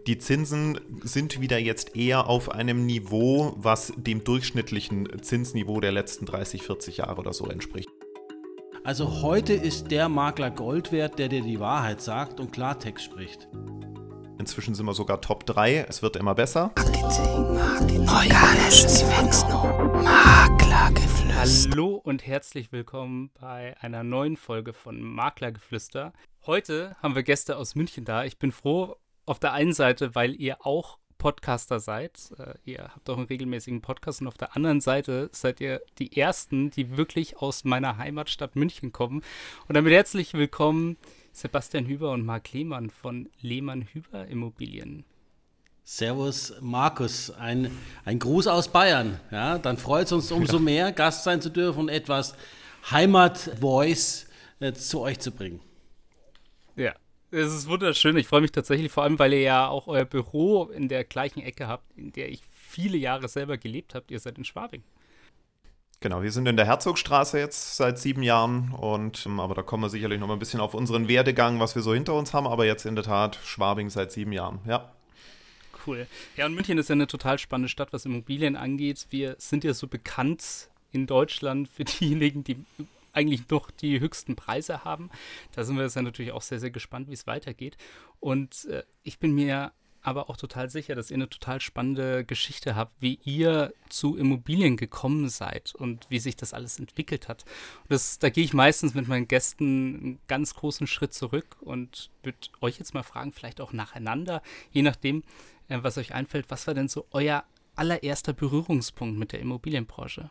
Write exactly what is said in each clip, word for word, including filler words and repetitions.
Die Zinsen sind wieder jetzt eher auf einem Niveau, was dem durchschnittlichen Zinsniveau der letzten dreißig, vierzig Jahre oder so entspricht. Also heute ist der Makler Gold wert, der dir die Wahrheit sagt und Klartext spricht. Inzwischen sind wir sogar Top drei. Es wird immer besser. Marketing, Marketing, organisches Wachstum, Maklergeflüster. Hallo und herzlich willkommen bei einer neuen Folge von Maklergeflüster. Heute haben wir Gäste aus München da. Ich bin froh auf der einen Seite, weil ihr auch Podcaster seid. Äh, ihr habt auch einen regelmäßigen Podcast und auf der anderen Seite seid ihr die Ersten, die wirklich aus meiner Heimatstadt München kommen. Und damit herzlich willkommen Sebastian Hüber und Marc Lehmann von Lehmann-Hüber Immobilien. Servus Markus, ein, ein Gruß aus Bayern. Ja, dann freut es uns umso mehr, Gast sein zu dürfen und etwas Heimat-Voice äh, zu euch zu bringen. Ja, es ist wunderschön. Ich freue mich tatsächlich, vor allem, weil ihr ja auch euer Büro in der gleichen Ecke habt, in der ich viele Jahre selber gelebt habe. Ihr seid in Schwabing. Genau, wir sind in der Herzogstraße jetzt seit sieben Jahren, und aber da kommen wir sicherlich noch mal ein bisschen auf unseren Werdegang, was wir so hinter uns haben, aber jetzt in der Tat Schwabing seit sieben Jahren, ja. Cool. Ja, und München ist ja eine total spannende Stadt, was Immobilien angeht. Wir sind ja so bekannt in Deutschland für diejenigen, die eigentlich noch die höchsten Preise haben. Da sind wir jetzt ja natürlich auch sehr, sehr gespannt, wie es weitergeht. Und äh, ich bin mir aber auch total sicher, dass ihr eine total spannende Geschichte habt, wie ihr zu Immobilien gekommen seid und wie sich das alles entwickelt hat. Und das, da gehe ich meistens mit meinen Gästen einen ganz großen Schritt zurück und würde euch jetzt mal fragen, vielleicht auch nacheinander, je nachdem, äh, was euch einfällt, was war denn so euer allererster Berührungspunkt mit der Immobilienbranche?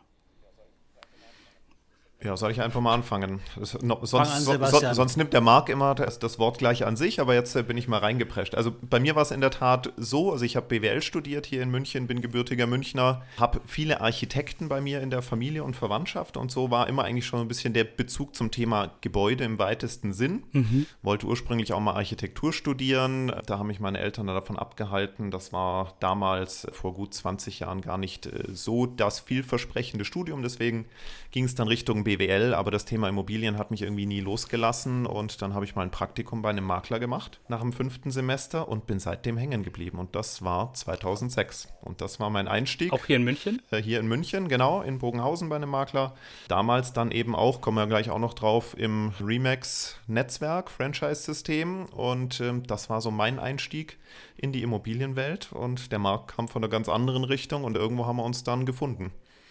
Ja, soll ich einfach mal anfangen? Das, no, sonst, an, so, so, sonst nimmt der Marc immer das, das Wort gleich an sich, aber jetzt äh, bin ich mal reingeprescht. Also bei mir war es in der Tat so, also ich habe B W L studiert hier in München, bin gebürtiger Münchner, habe viele Architekten bei mir in der Familie und Verwandtschaft, und so war immer eigentlich schon ein bisschen der Bezug zum Thema Gebäude im weitesten Sinn. Mhm. Wollte ursprünglich auch mal Architektur studieren, da haben mich meine Eltern davon abgehalten. Das war damals vor gut zwanzig Jahren gar nicht äh, so das vielversprechende Studium, deswegen ging es dann Richtung B W L, aber das Thema Immobilien hat mich irgendwie nie losgelassen, und dann habe ich mal ein Praktikum bei einem Makler gemacht nach dem fünften Semester und bin seitdem hängen geblieben, und das war zweitausendsechs, und das war mein Einstieg. Auch hier in München? Äh, hier in München, genau, in Bogenhausen bei einem Makler. Damals dann eben auch, kommen wir gleich auch noch drauf, im Remax-Netzwerk, Franchise-System, und äh, das war so mein Einstieg in die Immobilienwelt, und der Markt kam von einer ganz anderen Richtung, und irgendwo haben wir uns dann gefunden.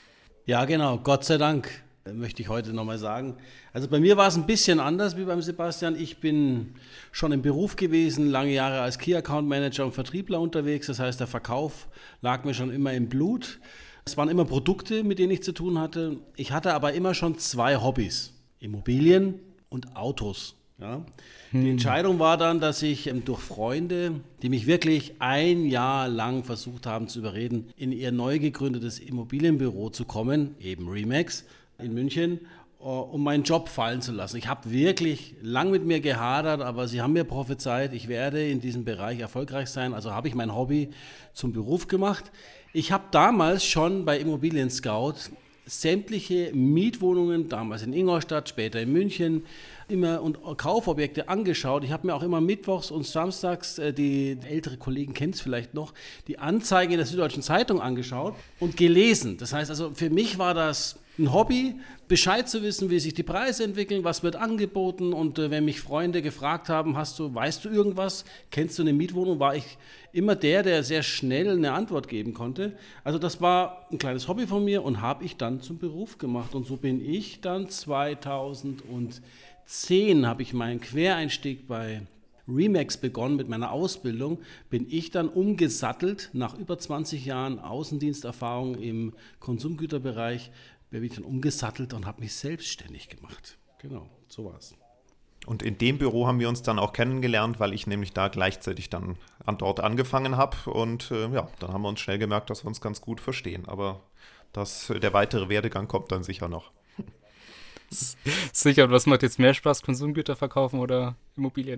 Ja, genau, Gott sei Dank, möchte ich heute nochmal sagen. Also bei mir war es ein bisschen anders wie beim Sebastian. Ich bin schon im Beruf gewesen, lange Jahre als Key Account Manager und Vertriebler unterwegs. Das heißt, der Verkauf lag mir schon immer im Blut. Es waren immer Produkte, mit denen ich zu tun hatte. Ich hatte aber immer schon zwei Hobbys, Immobilien und Autos. Ja. Die Entscheidung war dann, dass ich ähm, durch Freunde, die mich wirklich ein Jahr lang versucht haben zu überreden, in ihr neu gegründetes Immobilienbüro zu kommen, eben Remax in München, um meinen Job fallen zu lassen. Ich habe wirklich lang mit mir gehadert, aber sie haben mir prophezeit, ich werde in diesem Bereich erfolgreich sein. Also habe ich mein Hobby zum Beruf gemacht. Ich habe damals schon bei Immobilien Scout sämtliche Mietwohnungen, damals in Ingolstadt, später in München, immer und Kaufobjekte angeschaut. Ich habe mir auch immer mittwochs und samstags, äh, die ältere Kollegen kennen es vielleicht noch, die Anzeige in der Süddeutschen Zeitung angeschaut und gelesen. Das heißt also, für mich war das ein Hobby, Bescheid zu wissen, wie sich die Preise entwickeln, was wird angeboten, und äh, wenn mich Freunde gefragt haben, hast du, weißt du irgendwas, kennst du eine Mietwohnung, war ich immer der, der sehr schnell eine Antwort geben konnte. Also das war ein kleines Hobby von mir und habe ich dann zum Beruf gemacht, und so bin ich dann zweitausendzehn habe ich meinen Quereinstieg bei Remax begonnen mit meiner Ausbildung, bin ich dann umgesattelt nach über zwanzig Jahren Außendiensterfahrung im Konsumgüterbereich, bin ich dann umgesattelt und habe mich selbstständig gemacht. Genau, so war es. Und in dem Büro haben wir uns dann auch kennengelernt, weil ich nämlich da gleichzeitig dann an dort angefangen habe, und äh, ja, dann haben wir uns schnell gemerkt, dass wir uns ganz gut verstehen, aber das, der weitere Werdegang kommt dann sicher noch. Sicher, und was macht jetzt mehr Spaß, Konsumgüter verkaufen oder Immobilien?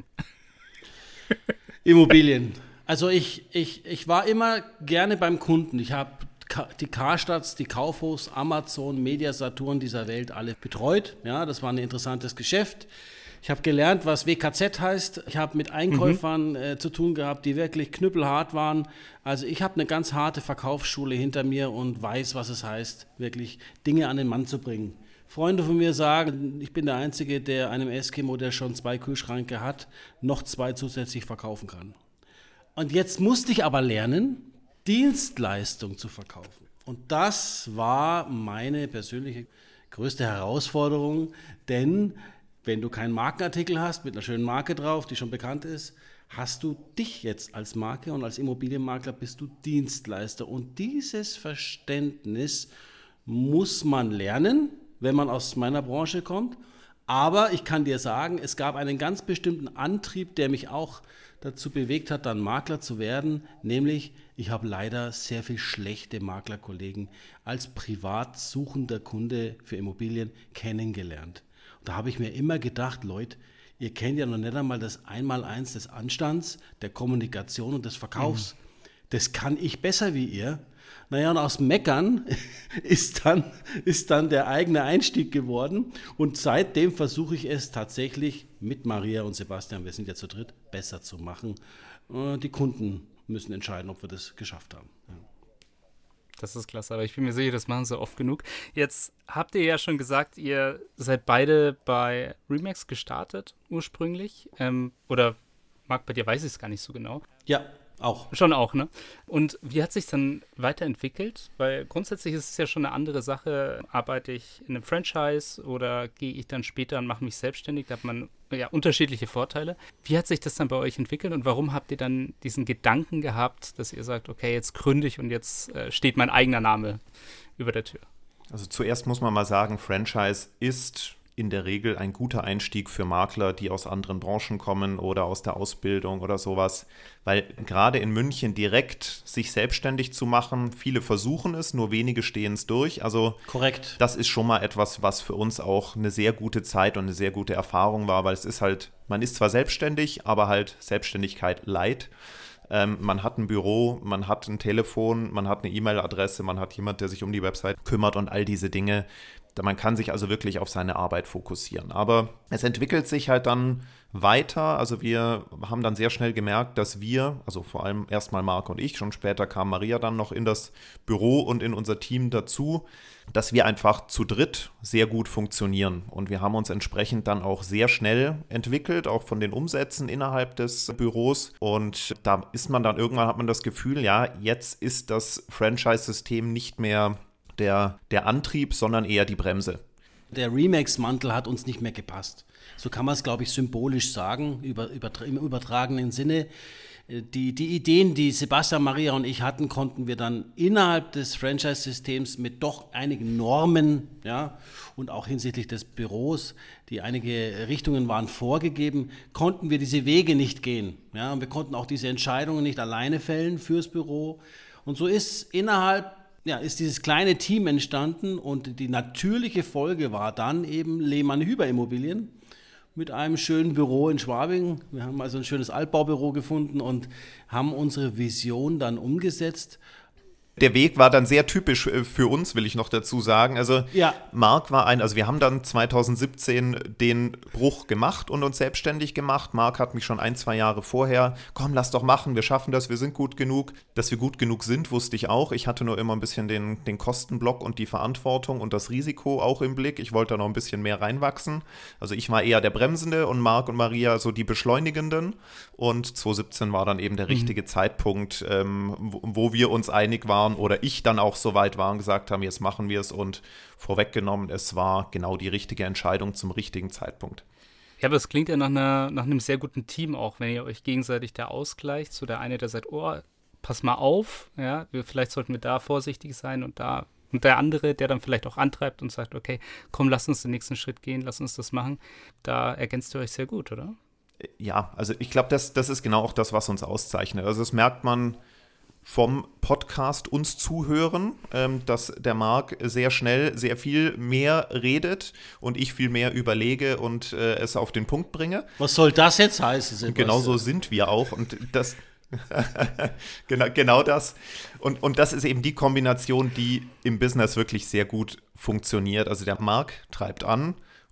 Immobilien. Also ich, ich, ich war immer gerne beim Kunden. Ich habe die Karstadts, die Kaufhaus, Amazon, Media Saturn dieser Welt alle betreut. Ja, das war ein interessantes Geschäft. Ich habe gelernt, was W K Z heißt. Ich habe mit Einkäufern mhm. äh, zu tun gehabt, die wirklich knüppelhart waren. Also ich habe eine ganz harte Verkaufsschule hinter mir und weiß, was es heißt, wirklich Dinge an den Mann zu bringen. Freunde von mir sagen, ich bin der Einzige, der einem Eskimo, der schon zwei Kühlschränke hat, noch zwei zusätzlich verkaufen kann. Und jetzt musste ich aber lernen, Dienstleistung zu verkaufen. Und das war meine persönliche größte Herausforderung, denn wenn du keinen Markenartikel hast mit einer schönen Marke drauf, die schon bekannt ist, hast du dich jetzt als Marke und als Immobilienmakler bist du Dienstleister. Und dieses Verständnis muss man lernen, wenn man aus meiner Branche kommt. Aber ich kann dir sagen, es gab einen ganz bestimmten Antrieb, der mich auch dazu bewegt hat, dann Makler zu werden, nämlich ich habe leider sehr viel schlechte Maklerkollegen als privat suchender Kunde für Immobilien kennengelernt. Und da habe ich mir immer gedacht, Leute, ihr kennt ja noch nicht einmal das Einmaleins des Anstands, der Kommunikation und des Verkaufs. Mhm. Das kann ich besser wie ihr. Naja, und aus Meckern ist dann, ist dann der eigene Einstieg geworden. Und seitdem versuche ich es tatsächlich mit Maria und Sebastian, wir sind ja zu dritt, besser zu machen. Die Kunden müssen entscheiden, ob wir das geschafft haben. Ja. Das ist klasse, aber ich bin mir sicher, das machen sie oft genug. Jetzt habt ihr ja schon gesagt, ihr seid beide bei Remax gestartet ursprünglich. Ähm, oder Marc, bei dir weiß ich es gar nicht so genau. Ja. Auch. Schon auch, ne? Und wie hat sich dann weiterentwickelt? Weil grundsätzlich ist es ja schon eine andere Sache. Arbeite ich in einem Franchise oder gehe ich dann später und mache mich selbstständig? Da hat man ja unterschiedliche Vorteile. Wie hat sich das dann bei euch entwickelt und warum habt ihr dann diesen Gedanken gehabt, dass ihr sagt, okay, jetzt gründe ich und jetzt äh, steht mein eigener Name über der Tür? Also zuerst muss man mal sagen, Franchise ist in der Regel ein guter Einstieg für Makler, die aus anderen Branchen kommen oder aus der Ausbildung oder sowas, weil gerade in München direkt sich selbstständig zu machen, viele versuchen es, nur wenige stehen es durch. Also korrekt. Das ist schon mal etwas, was für uns auch eine sehr gute Zeit und eine sehr gute Erfahrung war, weil es ist halt, man ist zwar selbstständig, aber halt Selbstständigkeit light. Ähm, man hat ein Büro, man hat ein Telefon, man hat eine E-Mail-Adresse, man hat jemand, der sich um die Website kümmert und all diese Dinge. Man kann sich also wirklich auf seine Arbeit fokussieren. Aber es entwickelt sich halt dann weiter. Also wir haben dann sehr schnell gemerkt, dass wir, also vor allem erstmal Marc und ich, schon später kam Maria dann noch in das Büro und in unser Team dazu, dass wir einfach zu dritt sehr gut funktionieren. Und wir haben uns entsprechend dann auch sehr schnell entwickelt, auch von den Umsätzen innerhalb des Büros. Und da ist man dann irgendwann, hat man das Gefühl, ja, jetzt ist das Franchise-System nicht mehr Der, der Antrieb, sondern eher die Bremse. Der Remax-Mantel hat uns nicht mehr gepasst. So kann man es, glaube ich, symbolisch sagen, über, über, im übertragenen Sinne. Die, die Ideen, die Sebastian, Maria und ich hatten, konnten wir dann innerhalb des Franchise-Systems mit doch einigen Normen, ja, und auch hinsichtlich des Büros, die einige Richtungen waren vorgegeben, konnten wir diese Wege nicht gehen. Ja, und wir konnten auch diese Entscheidungen nicht alleine fällen fürs Büro. Und so ist innerhalb Ja, ist dieses kleine Team entstanden und die natürliche Folge war dann eben Lehmann-Hüber Immobilien mit einem schönen Büro in Schwabing. Wir haben also ein schönes Altbaubüro gefunden und haben unsere Vision dann umgesetzt. Der Weg war dann sehr typisch für uns, will ich noch dazu sagen. Also ja. Marc war ein, also wir haben dann zwanzig siebzehn den Bruch gemacht und uns selbstständig gemacht. Marc hat mich schon ein, zwei Jahre vorher, komm, lass doch machen, wir schaffen das, wir sind gut genug. Dass wir gut genug sind, wusste ich auch. Ich hatte nur immer ein bisschen den, den Kostenblock und die Verantwortung und das Risiko auch im Blick. Ich wollte da noch ein bisschen mehr reinwachsen. Also ich war eher der Bremsende und Marc und Maria so die Beschleunigenden. Und zwanzig siebzehn war dann eben der richtige mhm. Zeitpunkt, ähm, wo, wo wir uns einig waren, oder ich dann auch so weit war und gesagt haben, jetzt machen wir es und vorweggenommen, es war genau die richtige Entscheidung zum richtigen Zeitpunkt. Ja, aber es klingt ja nach, einer, nach einem sehr guten Team auch, wenn ihr euch gegenseitig da ausgleicht. So der eine, der sagt, oh, pass mal auf, ja, wir, vielleicht sollten wir da vorsichtig sein und da. Und der andere, der dann vielleicht auch antreibt und sagt, okay, komm, lass uns den nächsten Schritt gehen, lass uns das machen. Da ergänzt ihr euch sehr gut, oder? Ja, also ich glaube, das, das ist genau auch das, was uns auszeichnet. Also das merkt man vom Podcast uns zuhören, ähm, dass der Marc sehr schnell sehr viel mehr redet und ich viel mehr überlege und äh, es auf den Punkt bringe. Was soll das jetzt heißen? Genau so sind wir auch und das genau, genau das. Und, und das ist eben die Kombination, die im Business wirklich sehr gut funktioniert. Also der Marc treibt an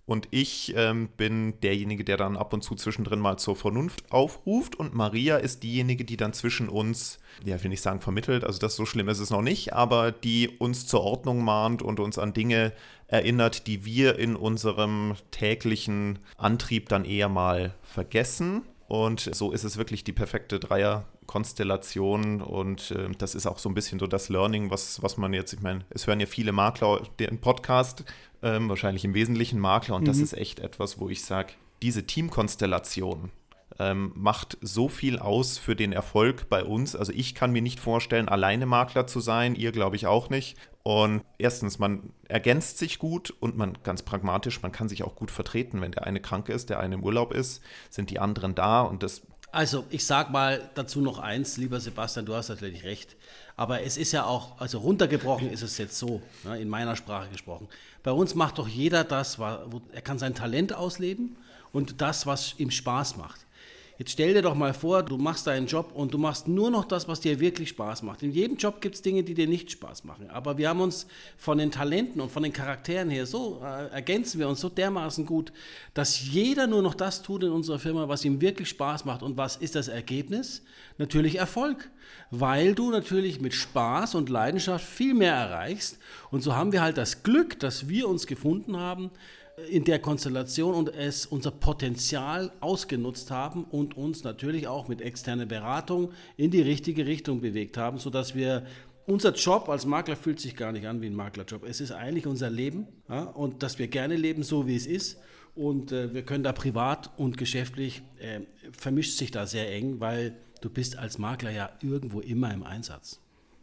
Und ich ähm, bin derjenige, der dann ab und zu zwischendrin mal zur Vernunft aufruft. Und Maria ist diejenige, die dann zwischen uns, ja, ich will nicht sagen vermittelt, also das so schlimm ist es noch nicht, aber die uns zur Ordnung mahnt und uns an Dinge erinnert, die wir in unserem täglichen Antrieb dann eher mal vergessen. Und so ist es wirklich die perfekte Dreierkonstellation. Und äh, das ist auch so ein bisschen so das Learning, was, was man jetzt, ich meine, es hören ja viele Makler den Podcast, ähm, wahrscheinlich im Wesentlichen Makler. Und mhm. das ist echt etwas, wo ich sage, diese Teamkonstellation ähm, macht so viel aus für den Erfolg bei uns. Also ich kann mir nicht vorstellen, alleine Makler zu sein, ihr glaube ich auch nicht. Und erstens, man ergänzt sich gut und man, ganz pragmatisch, man kann sich auch gut vertreten. Wenn der eine krank ist, der eine im Urlaub ist, sind die anderen da und das. Also ich sag mal dazu noch eins, lieber Sebastian, du hast natürlich recht. Aber es ist ja auch, also runtergebrochen ist es jetzt so, ne, in meiner Sprache gesprochen. Bei uns macht doch jeder das, wo, er kann sein Talent ausleben und das, was ihm Spaß macht. Jetzt stell dir doch mal vor, du machst deinen Job und du machst nur noch das, was dir wirklich Spaß macht. In jedem Job gibt es Dinge, die dir nicht Spaß machen. Aber wir haben uns von den Talenten und von den Charakteren her so, äh, ergänzen wir uns so dermaßen gut, dass jeder nur noch das tut in unserer Firma, was ihm wirklich Spaß macht. Und was ist das Ergebnis? Natürlich Erfolg. Weil du natürlich mit Spaß und Leidenschaft viel mehr erreichst. Und so haben wir halt das Glück, dass wir uns gefunden haben in der Konstellation und es unser Potenzial ausgenutzt haben und uns natürlich auch mit externer Beratung in die richtige Richtung bewegt haben, sodass wir, unser Job als Makler fühlt sich gar nicht an wie ein Maklerjob. Es ist eigentlich unser Leben, ja, und dass wir gerne leben, so wie es ist. Und äh, wir können da privat und geschäftlich, äh, vermischt sich da sehr eng, weil du bist als Makler ja irgendwo immer im Einsatz.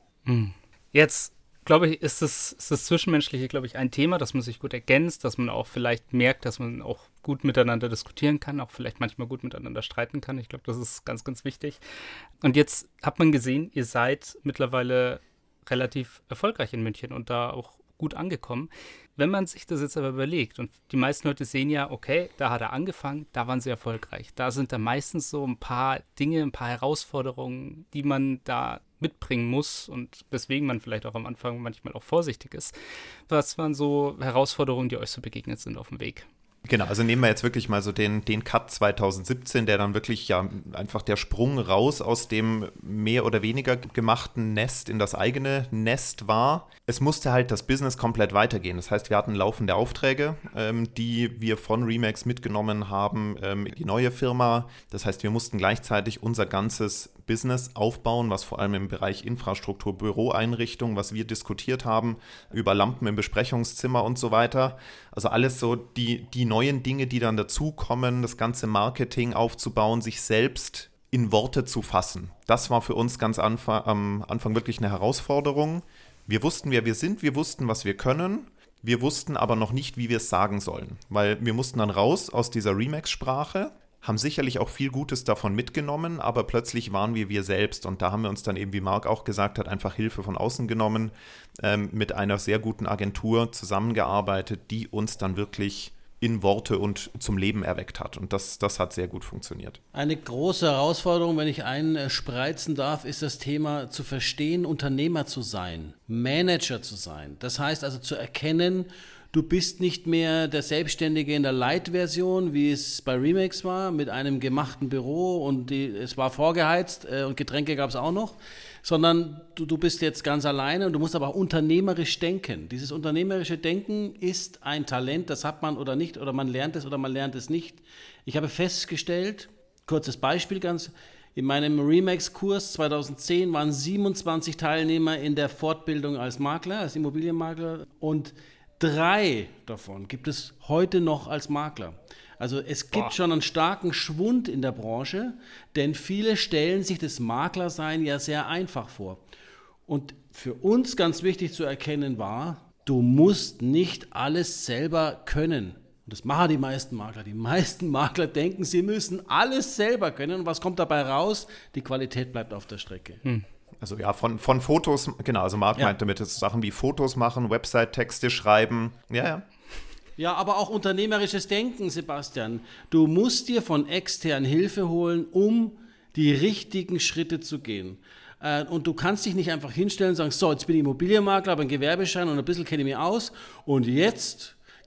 Jetzt glaube ich, ist das, ist das Zwischenmenschliche, glaube ich, ein Thema, dass man sich gut ergänzt, dass man auch vielleicht merkt, dass man auch gut miteinander diskutieren kann, auch vielleicht manchmal gut miteinander streiten kann. Ich glaube, das ist ganz, ganz wichtig. Und jetzt hat man gesehen, ihr seid mittlerweile relativ erfolgreich in München und da auch gut angekommen. Wenn man sich das jetzt aber überlegt und die meisten Leute sehen ja, okay, da hat er angefangen, da waren sie erfolgreich. Da sind dann meistens so ein paar Dinge, ein paar Herausforderungen, die man da mitbringen muss und weswegen man vielleicht auch am Anfang manchmal auch vorsichtig ist. Was waren so Herausforderungen, die euch so begegnet sind auf dem Weg? Genau, also nehmen wir jetzt wirklich mal so den, den Cut zwanzig siebzehn, der dann wirklich ja einfach der Sprung raus aus dem mehr oder weniger gemachten Nest in das eigene Nest war. Es musste halt das Business komplett weitergehen. Das heißt, wir hatten laufende Aufträge, ähm, die wir von Remax mitgenommen haben, ähm, die neue Firma. Das heißt, wir mussten gleichzeitig unser ganzes Business aufbauen, was vor allem im Bereich Infrastruktur, Büroeinrichtung, was wir diskutiert haben, über Lampen im Besprechungszimmer und so weiter. Also alles so die, die neuen Dinge, die dann dazukommen, das ganze Marketing aufzubauen, sich selbst in Worte zu fassen. Das war für uns ganz anfa- am Anfang wirklich eine Herausforderung. Wir wussten, wer wir sind, wir wussten, was wir können. Wir wussten aber noch nicht, wie wir es sagen sollen, weil wir mussten dann raus aus dieser Remax-Sprache, haben sicherlich auch viel Gutes davon mitgenommen, aber plötzlich waren wir wir selbst und da haben wir uns dann eben, wie Marc auch gesagt hat, einfach Hilfe von außen genommen, ähm, mit einer sehr guten Agentur zusammengearbeitet, die uns dann wirklich in Worte und zum Leben erweckt hat und das, das hat sehr gut funktioniert. Eine große Herausforderung, wenn ich einspreizen darf, ist das Thema zu verstehen, Unternehmer zu sein, Manager zu sein. Das heißt also zu erkennen, du bist nicht mehr der Selbstständige in der Light-Version, wie es bei Remax war, mit einem gemachten Büro und die, es war vorgeheizt äh, und Getränke gab es auch noch, sondern du, du bist jetzt ganz alleine und du musst aber auch unternehmerisch denken. Dieses unternehmerische Denken ist ein Talent, das hat man oder nicht, oder man lernt es oder man lernt es nicht. Ich habe festgestellt, kurzes Beispiel ganz, in meinem Remax-Kurs zweitausendzehn waren siebenundzwanzig Teilnehmer in der Fortbildung als Makler, als Immobilienmakler und drei davon gibt es heute noch als Makler. Also es gibt Boah. schon einen starken Schwund in der Branche, denn viele stellen sich das Maklersein ja sehr einfach vor. Und für uns ganz wichtig zu erkennen war, du musst nicht alles selber können. Und das machen die meisten Makler. Die meisten Makler denken, sie müssen alles selber können. Und was kommt dabei raus? Die Qualität bleibt auf der Strecke. Hm. Also ja, von, von Fotos, genau, also Marc ja. meinte damit jetzt Sachen wie Fotos machen, Website-Texte schreiben, ja, ja. Ja, aber auch unternehmerisches Denken, Sebastian. Du musst dir von extern Hilfe holen, um die richtigen Schritte zu gehen. Und du kannst dich nicht einfach hinstellen und sagen, so, jetzt bin ich Immobilienmakler, habe einen Gewerbeschein und ein bisschen kenne ich mich aus und jetzt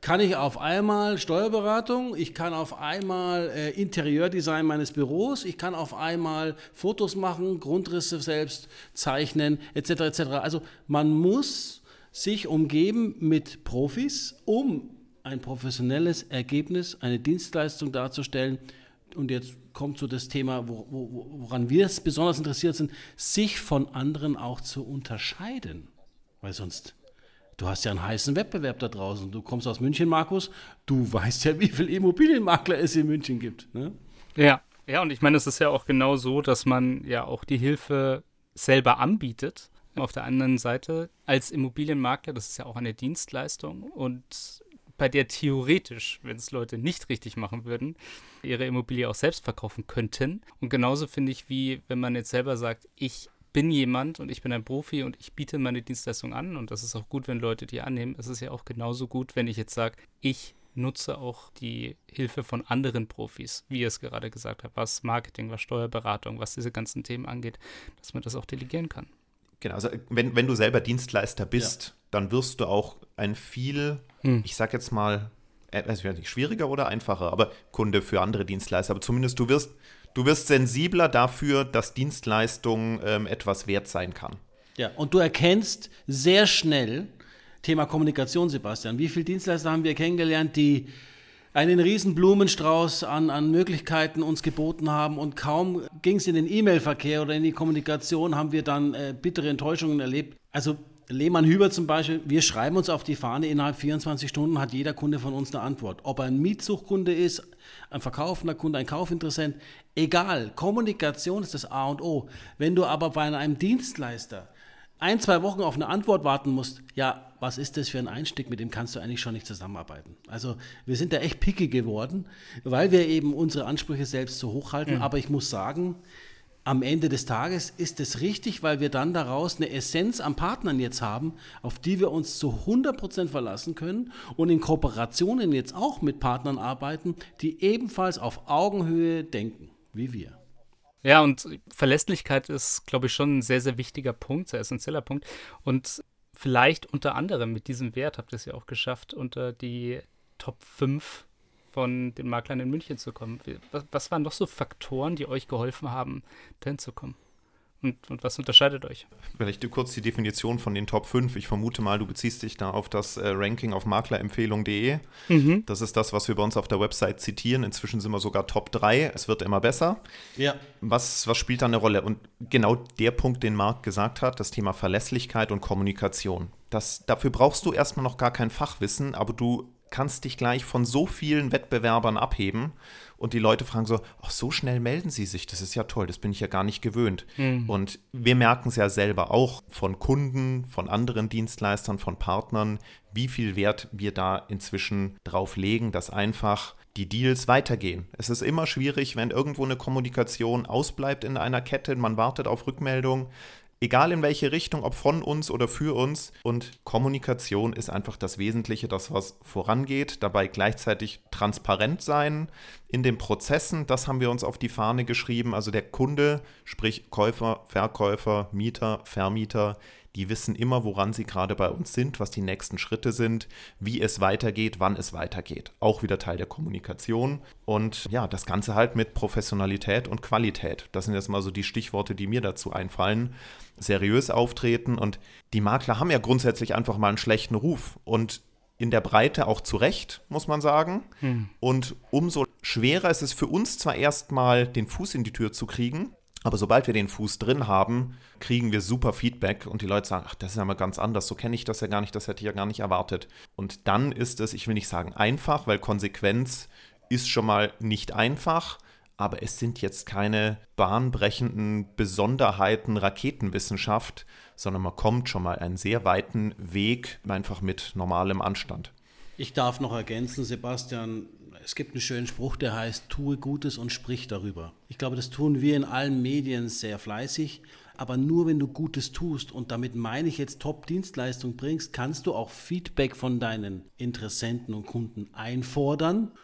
kann ich auf einmal Steuerberatung, ich kann auf einmal äh, Interieurdesign meines Büros, ich kann auf einmal Fotos machen, Grundrisse selbst zeichnen, et cetera et cetera. Also man muss sich umgeben mit Profis, um ein professionelles Ergebnis, eine Dienstleistung darzustellen. Und jetzt kommt so das Thema, wo, wo, woran wir es besonders interessiert sind, sich von anderen auch zu unterscheiden. Weil sonst, du hast ja einen heißen Wettbewerb da draußen. Du kommst aus München, Markus, du weißt ja, wie viele Immobilienmakler es in München gibt. Ne? Ja, ja, und ich meine, es ist ja auch genau so, dass man ja auch die Hilfe selber anbietet. Auf der anderen Seite als Immobilienmakler, das ist ja auch eine Dienstleistung und bei der theoretisch, wenn es Leute nicht richtig machen würden, ihre Immobilie auch selbst verkaufen könnten. Und genauso finde ich, wie wenn man jetzt selber sagt, ich bin jemand und ich bin ein Profi und ich biete meine Dienstleistung an und das ist auch gut, wenn Leute die annehmen. Es ist ja auch genauso gut, wenn ich jetzt sage, ich nutze auch die Hilfe von anderen Profis, wie ihr es gerade gesagt habt, was Marketing, was Steuerberatung, was diese ganzen Themen angeht, dass man das auch delegieren kann. Genau, also wenn, wenn du selber Dienstleister bist, ja. dann wirst du auch ein viel, hm. ich sag jetzt mal, also nicht schwieriger oder einfacher, aber Kunde für andere Dienstleister, aber zumindest du wirst, du wirst sensibler dafür, dass Dienstleistung ähm, etwas wert sein kann. Ja, und du erkennst sehr schnell, Thema Kommunikation, Sebastian, wie viele Dienstleister haben wir kennengelernt, die einen riesen Blumenstrauß an, an Möglichkeiten uns geboten haben und kaum ging es in den E-Mail-Verkehr oder in die Kommunikation, haben wir dann äh, bittere Enttäuschungen erlebt. Also Lehmann-Hüber zum Beispiel, wir schreiben uns auf die Fahne, innerhalb vierundzwanzig Stunden hat jeder Kunde von uns eine Antwort. Ob er ein Mietsuchkunde ist, ein verkaufender Kunde, ein Kaufinteressent, egal, Kommunikation ist das A und O. Wenn du aber bei einem Dienstleister ein, zwei Wochen auf eine Antwort warten musst, ja, was ist das für ein Einstieg, mit dem kannst du eigentlich schon nicht zusammenarbeiten. Also wir sind da echt picky geworden, weil wir eben unsere Ansprüche selbst so hoch halten. Mhm. Aber ich muss sagen, am Ende des Tages ist es richtig, weil wir dann daraus eine Essenz an Partnern jetzt haben, auf die wir uns zu hundert Prozent verlassen können und in Kooperationen jetzt auch mit Partnern arbeiten, die ebenfalls auf Augenhöhe denken, wie wir. Ja, und Verlässlichkeit ist, glaube ich, schon ein sehr, sehr wichtiger Punkt, sehr essentieller Punkt. Und vielleicht unter anderem mit diesem Wert habt ihr es ja auch geschafft, unter die Top fünf von den Maklern in München zu kommen. Was, was waren noch so Faktoren, die euch geholfen haben, dahin zu kommen? Und, und was unterscheidet euch? Vielleicht kurz die Definition von den Top fünf. Ich vermute mal, du beziehst dich da auf das äh, Ranking auf maklerempfehlung punkt de. Mhm. Das ist das, was wir bei uns auf der Website zitieren. Inzwischen sind wir sogar Top drei. Es wird immer besser. Ja. Was, was spielt da eine Rolle? Und genau der Punkt, den Marc gesagt hat, das Thema Verlässlichkeit und Kommunikation. Das, dafür brauchst du erstmal noch gar kein Fachwissen, aber du kannst dich gleich von so vielen Wettbewerbern abheben und die Leute fragen so, ach, so schnell melden sie sich, das ist ja toll, das bin ich ja gar nicht gewöhnt. Mhm. Und wir merken es ja selber auch von Kunden, von anderen Dienstleistern, von Partnern, wie viel Wert wir da inzwischen drauf legen, dass einfach die Deals weitergehen. Es ist immer schwierig, wenn irgendwo eine Kommunikation ausbleibt in einer Kette, man wartet auf Rückmeldung. Egal in welche Richtung, ob von uns oder für uns. Und Kommunikation ist einfach das Wesentliche, das was vorangeht. Dabei gleichzeitig transparent sein in den Prozessen. Das haben wir uns auf die Fahne geschrieben. Also der Kunde, sprich Käufer, Verkäufer, Mieter, Vermieter, die wissen immer, woran sie gerade bei uns sind, was die nächsten Schritte sind, wie es weitergeht, wann es weitergeht. Auch wieder Teil der Kommunikation. Und ja, das Ganze halt mit Professionalität und Qualität. Das sind jetzt mal so die Stichworte, die mir dazu einfallen. Seriös auftreten. Und die Makler haben ja grundsätzlich einfach mal einen schlechten Ruf. Und in der Breite auch zu Recht, muss man sagen. Hm. Und umso schwerer ist es für uns zwar erstmal, den Fuß in die Tür zu kriegen, aber sobald wir den Fuß drin haben, kriegen wir super Feedback und die Leute sagen, ach, das ist ja mal ganz anders, so kenne ich das ja gar nicht, das hätte ich ja gar nicht erwartet. Und dann ist es, ich will nicht sagen einfach, weil Konsequenz ist schon mal nicht einfach, aber es sind jetzt keine bahnbrechenden Besonderheiten Raketenwissenschaft, sondern man kommt schon mal einen sehr weiten Weg, einfach mit normalem Anstand. Ich darf noch ergänzen, Sebastian, es gibt einen schönen Spruch, der heißt, tue Gutes und sprich darüber. Ich glaube, das tun wir in allen Medien sehr fleißig, aber nur wenn du Gutes tust und damit meine ich jetzt Top-Dienstleistung bringst, kannst du auch Feedback von deinen Interessenten und Kunden einfordern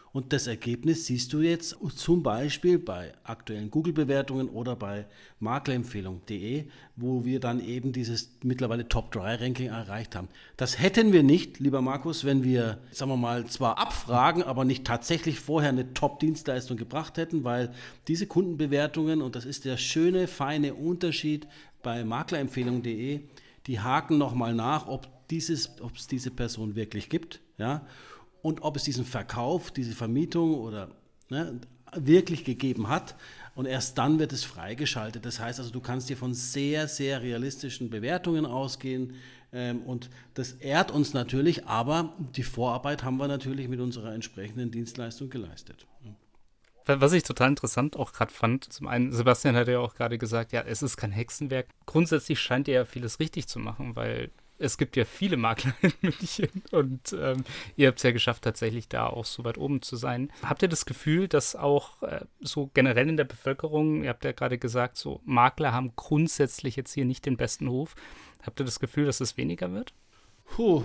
Und das Ergebnis siehst du jetzt zum Beispiel bei aktuellen Google-Bewertungen oder bei maklerempfehlung punkt de, wo wir dann eben dieses mittlerweile Top drei Ranking erreicht haben. Das hätten wir nicht, lieber Markus, wenn wir, sagen wir mal, zwar abfragen, aber nicht tatsächlich vorher eine Top-Dienstleistung gebracht hätten, weil diese Kundenbewertungen, und das ist der schöne, feine Unterschied bei maklerempfehlung punkt de, die haken nochmal nach, ob dieses, ob es diese Person wirklich gibt, ja, und ob es diesen Verkauf, diese Vermietung oder ne, wirklich gegeben hat. Und erst dann wird es freigeschaltet. Das heißt also, du kannst dir von sehr, sehr realistischen Bewertungen ausgehen. Ähm, und das ehrt uns natürlich, aber die Vorarbeit haben wir natürlich mit unserer entsprechenden Dienstleistung geleistet. Was ich total interessant auch gerade fand, zum einen, Sebastian hat ja auch gerade gesagt, ja, es ist kein Hexenwerk. Grundsätzlich scheint ihr ja vieles richtig zu machen, weil es gibt ja viele Makler in München und ähm, ihr habt es ja geschafft, tatsächlich da auch so weit oben zu sein. Habt ihr das Gefühl, dass auch äh, so generell in der Bevölkerung, ihr habt ja gerade gesagt, so Makler haben grundsätzlich jetzt hier nicht den besten Ruf. Habt ihr das Gefühl, dass es weniger wird? Puh,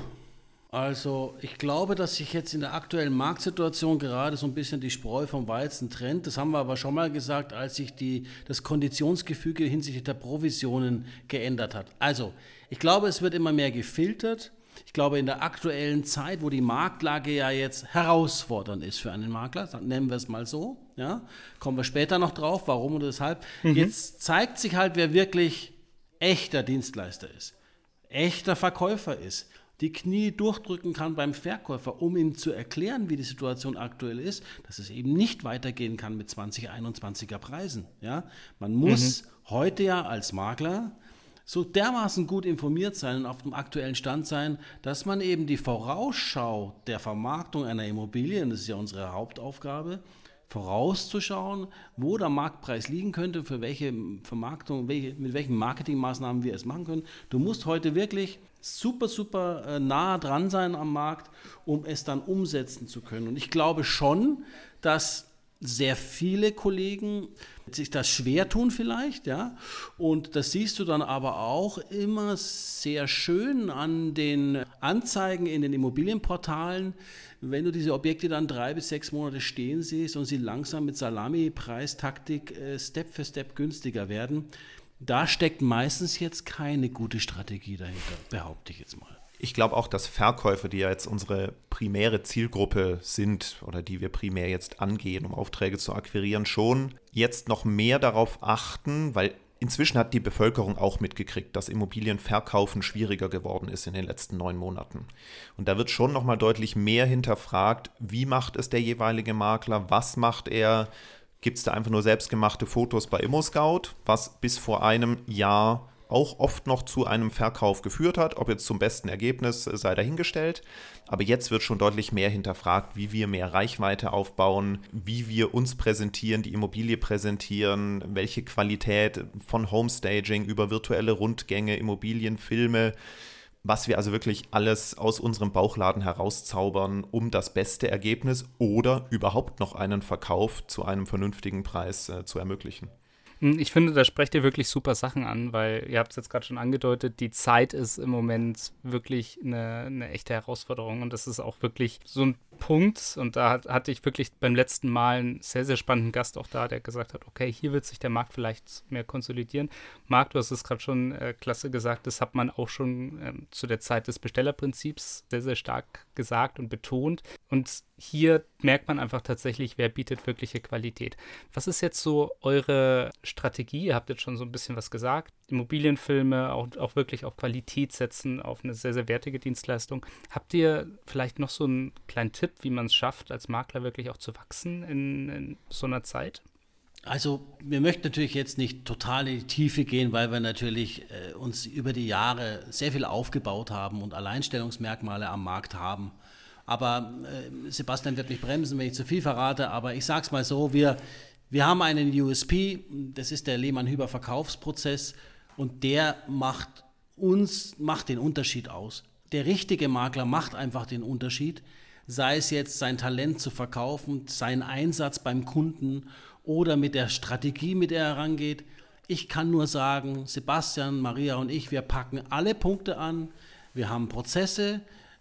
also ich glaube, dass sich jetzt in der aktuellen Marktsituation gerade so ein bisschen die Spreu vom Weizen trennt. Das haben wir aber schon mal gesagt, als sich die, das Konditionsgefüge hinsichtlich der Provisionen geändert hat. Also ich glaube, es wird immer mehr gefiltert. Ich glaube, in der aktuellen Zeit, wo die Marktlage ja jetzt herausfordernd ist für einen Makler, nennen wir es mal so, ja, kommen wir später noch drauf, warum und weshalb. Mhm. Jetzt zeigt sich halt, wer wirklich echter Dienstleister ist, echter Verkäufer ist, die Knie durchdrücken kann beim Verkäufer, um ihm zu erklären, wie die Situation aktuell ist, dass es eben nicht weitergehen kann mit zwanzig einundzwanziger Preisen. Ja? Man muss mhm. heute ja als Makler so dermaßen gut informiert sein und auf dem aktuellen Stand sein, dass man eben die Vorausschau der Vermarktung einer Immobilie, und das ist ja unsere Hauptaufgabe, vorauszuschauen, wo der Marktpreis liegen könnte, für welche Vermarktung, welche, mit welchen Marketingmaßnahmen wir es machen können. Du musst heute wirklich super, super äh, nah dran sein am Markt, um es dann umsetzen zu können. Und ich glaube schon, dass sehr viele Kollegen sich das schwer tun vielleicht, ja, und das siehst du dann aber auch immer sehr schön an den Anzeigen in den Immobilienportalen, wenn du diese Objekte dann drei bis sechs Monate stehen siehst und sie langsam mit Salami-Preistaktik äh, Step für Step günstiger werden. Da steckt meistens jetzt keine gute Strategie dahinter, behaupte ich jetzt mal. Ich glaube auch, dass Verkäufer, die ja jetzt unsere primäre Zielgruppe sind oder die wir primär jetzt angehen, um Aufträge zu akquirieren, schon jetzt noch mehr darauf achten, weil inzwischen hat die Bevölkerung auch mitgekriegt, dass Immobilienverkaufen schwieriger geworden ist in den letzten neun Monaten. Und da wird schon nochmal deutlich mehr hinterfragt, wie macht es der jeweilige Makler, was macht er. Gibt es da einfach nur selbstgemachte Fotos bei ImmoScout, was bis vor einem Jahr auch oft noch zu einem Verkauf geführt hat, ob jetzt zum besten Ergebnis, sei dahingestellt. Aber jetzt wird schon deutlich mehr hinterfragt, wie wir mehr Reichweite aufbauen, wie wir uns präsentieren, die Immobilie präsentieren, welche Qualität von Homestaging über virtuelle Rundgänge, Immobilienfilme, was wir also wirklich alles aus unserem Bauchladen herauszaubern, um das beste Ergebnis oder überhaupt noch einen Verkauf zu einem vernünftigen Preis äh, zu ermöglichen. Ich finde, da sprecht ihr wirklich super Sachen an, weil ihr habt es jetzt gerade schon angedeutet, die Zeit ist im Moment wirklich eine, eine echte Herausforderung und das ist auch wirklich so ein Punkt und da hat, hatte ich wirklich beim letzten Mal einen sehr, sehr spannenden Gast auch da, der gesagt hat, okay, hier wird sich der Markt vielleicht mehr konsolidieren. Marc, du hast es gerade schon äh, klasse gesagt, das hat man auch schon ähm, zu der Zeit des Bestellerprinzips sehr, sehr stark gesagt und betont und hier merkt man einfach tatsächlich, wer bietet wirkliche Qualität. Was ist jetzt so eure Strategie? Ihr habt jetzt schon so ein bisschen was gesagt. Immobilienfilme, auch, auch wirklich auf Qualität setzen, auf eine sehr, sehr wertige Dienstleistung. Habt ihr vielleicht noch so einen kleinen Tipp, wie man es schafft, als Makler wirklich auch zu wachsen in, in so einer Zeit? Also wir möchten natürlich jetzt nicht total in die Tiefe gehen, weil wir natürlich äh, uns über die Jahre sehr viel aufgebaut haben und Alleinstellungsmerkmale am Markt haben. Aber äh, Sebastian wird mich bremsen, wenn ich zu viel verrate, aber ich sage es mal so, wir, wir haben einen U S P, das ist der Lehmann-Hüber-Verkaufsprozess und der macht uns, macht den Unterschied aus. Der richtige Makler macht einfach den Unterschied, sei es jetzt sein Talent zu verkaufen, sein Einsatz beim Kunden oder mit der Strategie, mit der er herangeht. Ich kann nur sagen, Sebastian, Maria und ich, wir packen alle Punkte an, wir haben Prozesse,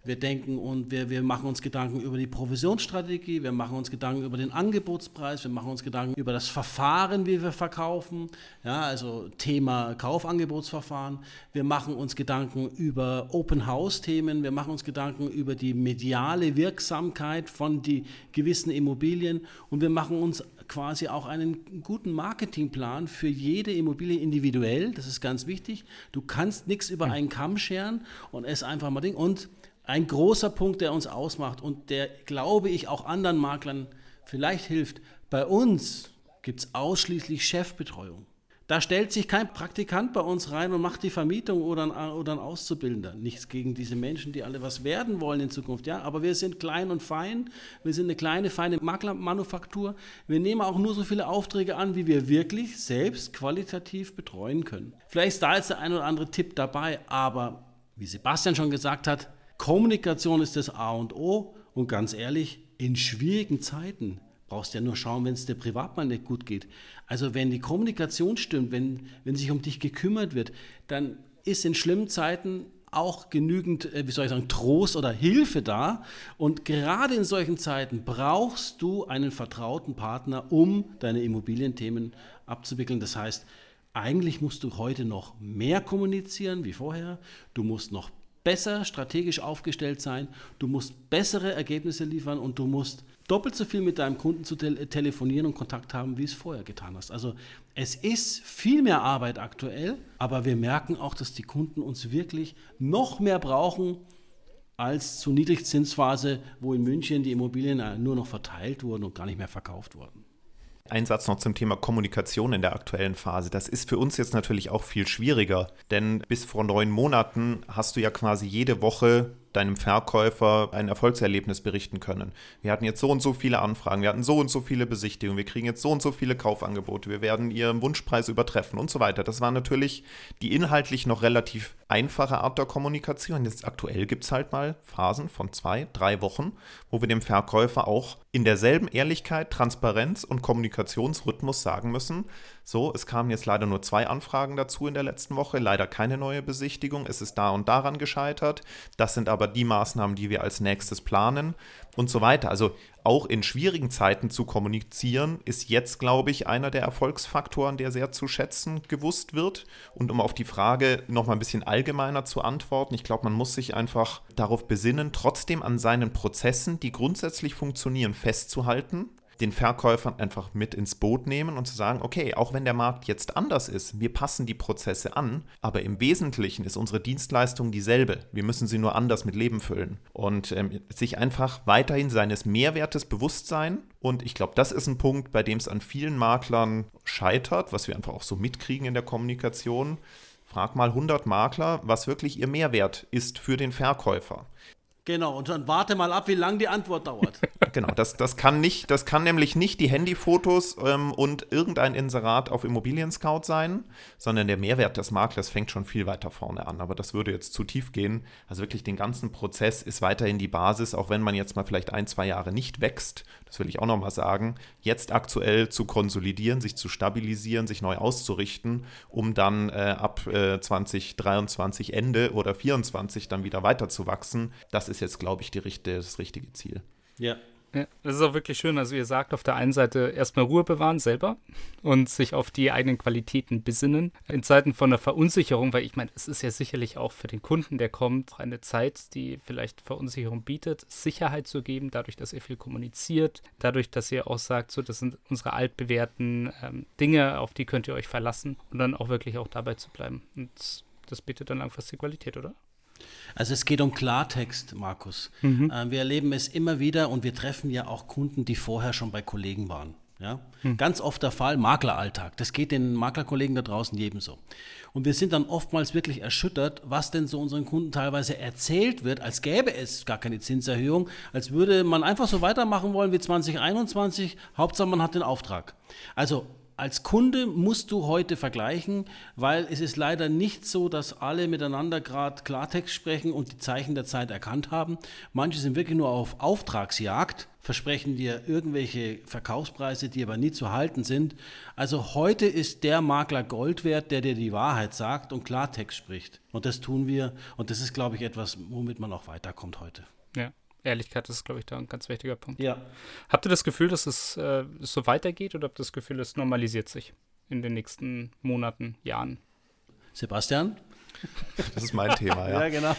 Wir denken und wir, wir machen uns Gedanken über die Provisionsstrategie, wir machen uns Gedanken über den Angebotspreis, wir machen uns Gedanken über das Verfahren, wie wir verkaufen, ja, also Thema Kaufangebotsverfahren. Wir machen uns Gedanken über Open-House-Themen, wir machen uns Gedanken über die mediale Wirksamkeit von die gewissen Immobilien und wir machen uns quasi auch einen guten Marketingplan für jede Immobilie individuell. Das ist ganz wichtig. Du kannst nichts über einen Kamm scheren und es einfach mal Ding. Und ein großer Punkt, der uns ausmacht und der, glaube ich, auch anderen Maklern vielleicht hilft, bei uns gibt es ausschließlich Chefbetreuung. Da stellt sich kein Praktikant bei uns rein und macht die Vermietung oder ein, oder ein Auszubildender. Nichts gegen diese Menschen, die alle was werden wollen in Zukunft. Ja? Aber wir sind klein und fein, wir sind eine kleine, feine Maklermanufaktur. Wir nehmen auch nur so viele Aufträge an, wie wir wirklich selbst qualitativ betreuen können. Vielleicht ist da jetzt der ein oder andere Tipp dabei, aber wie Sebastian schon gesagt hat, Kommunikation ist das A und O und ganz ehrlich, in schwierigen Zeiten brauchst du ja nur schauen, wenn es dir privat mal nicht gut geht. Also wenn die Kommunikation stimmt, wenn, wenn sich um dich gekümmert wird, dann ist in schlimmen Zeiten auch genügend, wie soll ich sagen, Trost oder Hilfe da. Und gerade in solchen Zeiten brauchst du einen vertrauten Partner, um deine Immobilienthemen abzuwickeln. Das heißt, eigentlich musst du heute noch mehr kommunizieren wie vorher. Du musst noch besser strategisch aufgestellt sein, du musst bessere Ergebnisse liefern und du musst doppelt so viel mit deinem Kunden zu te- telefonieren und Kontakt haben, wie es vorher getan hast. Also es ist viel mehr Arbeit aktuell, aber wir merken auch, dass die Kunden uns wirklich noch mehr brauchen als zur Niedrigzinsphase, wo in München die Immobilien nur noch verteilt wurden und gar nicht mehr verkauft wurden. Ein Satz noch zum Thema Kommunikation in der aktuellen Phase. Das ist für uns jetzt natürlich auch viel schwieriger, denn bis vor neun Monaten hast du ja quasi jede Woche deinem Verkäufer ein Erfolgserlebnis berichten können. Wir hatten jetzt so und so viele Anfragen, wir hatten so und so viele Besichtigungen, wir kriegen jetzt so und so viele Kaufangebote, wir werden ihren Wunschpreis übertreffen und so weiter. Das war natürlich die inhaltlich noch relativ einfache Art der Kommunikation. Jetzt aktuell gibt es halt mal Phasen von zwei, drei Wochen, wo wir dem Verkäufer auch in derselben Ehrlichkeit, Transparenz und Kommunikationsrhythmus sagen müssen, so, es kamen jetzt leider nur zwei Anfragen dazu in der letzten Woche, leider keine neue Besichtigung, es ist da und daran gescheitert, das sind aber die Maßnahmen, die wir als nächstes planen und so weiter. Also auch in schwierigen Zeiten zu kommunizieren, ist jetzt, glaube ich, einer der Erfolgsfaktoren, der sehr zu schätzen gewusst wird. Und um auf die Frage noch mal ein bisschen allgemeiner zu antworten, ich glaube, man muss sich einfach darauf besinnen, trotzdem an seinen Prozessen, die grundsätzlich funktionieren, festzuhalten, den Verkäufern einfach mit ins Boot nehmen und zu sagen, okay, auch wenn der Markt jetzt anders ist, wir passen die Prozesse an, aber im Wesentlichen ist unsere Dienstleistung dieselbe. Wir müssen sie nur anders mit Leben füllen und ähm, sich einfach weiterhin seines Mehrwertes bewusst sein. Und ich glaube, das ist ein Punkt, bei dem es an vielen Maklern scheitert, was wir einfach auch so mitkriegen in der Kommunikation. Frag mal hundert Makler, was wirklich ihr Mehrwert ist für den Verkäufer. Genau, und dann warte mal ab, wie lange die Antwort dauert. Genau, das, das kann nicht, das kann nämlich nicht die Handyfotos ähm, und irgendein Inserat auf Immobilien Scout sein, sondern der Mehrwert des Maklers fängt schon viel weiter vorne an. Aber das würde jetzt zu tief gehen. Also wirklich den ganzen Prozess ist weiterhin die Basis, auch wenn man jetzt mal vielleicht ein, zwei Jahre nicht wächst. Das will ich auch nochmal sagen. Jetzt aktuell zu konsolidieren, sich zu stabilisieren, sich neu auszurichten, um dann äh, ab äh, zwanzig dreiundzwanzig Ende oder vierundzwanzig dann wieder weiter zu wachsen. Das ist ist jetzt, glaube ich, die, das richtige Ziel. Ja. Ja, das ist auch wirklich schön. Also ihr sagt auf der einen Seite erstmal Ruhe bewahren selber und sich auf die eigenen Qualitäten besinnen. In Zeiten von der Verunsicherung, weil ich meine, es ist ja sicherlich auch für den Kunden, der kommt, eine Zeit, die vielleicht Verunsicherung bietet, Sicherheit zu geben, dadurch, dass ihr viel kommuniziert, dadurch, dass ihr auch sagt, so, das sind unsere altbewährten ähm, Dinge, auf die könnt ihr euch verlassen und dann auch wirklich auch dabei zu bleiben. Und das bietet dann langfristig Qualität, oder? Also es geht um Klartext, Markus. Mhm. Äh, wir erleben es immer wieder und wir treffen ja auch Kunden, die vorher schon bei Kollegen waren. Ja? Mhm. Ganz oft der Fall, Makleralltag. Das geht den Maklerkollegen da draußen jedem so. Und wir sind dann oftmals wirklich erschüttert, was denn so unseren Kunden teilweise erzählt wird, als gäbe es gar keine Zinserhöhung, als würde man einfach so weitermachen wollen wie zwanzig einundzwanzig, Hauptsache man hat den Auftrag. Also als Kunde musst du heute vergleichen, weil es ist leider nicht so, dass alle miteinander gerade Klartext sprechen und die Zeichen der Zeit erkannt haben. Manche sind wirklich nur auf Auftragsjagd, versprechen dir irgendwelche Verkaufspreise, die aber nie zu halten sind. Also heute ist der Makler Gold wert, der dir die Wahrheit sagt und Klartext spricht. Und das tun wir und das ist, glaube ich, etwas, womit man auch weiterkommt heute. Ja. Ehrlichkeit ist, glaube ich, da ein ganz wichtiger Punkt. Ja. Habt ihr das Gefühl, dass es äh, so weitergeht oder habt ihr das Gefühl, es normalisiert sich in den nächsten Monaten, Jahren? Sebastian? Das ist mein Thema, ja. Ja, genau.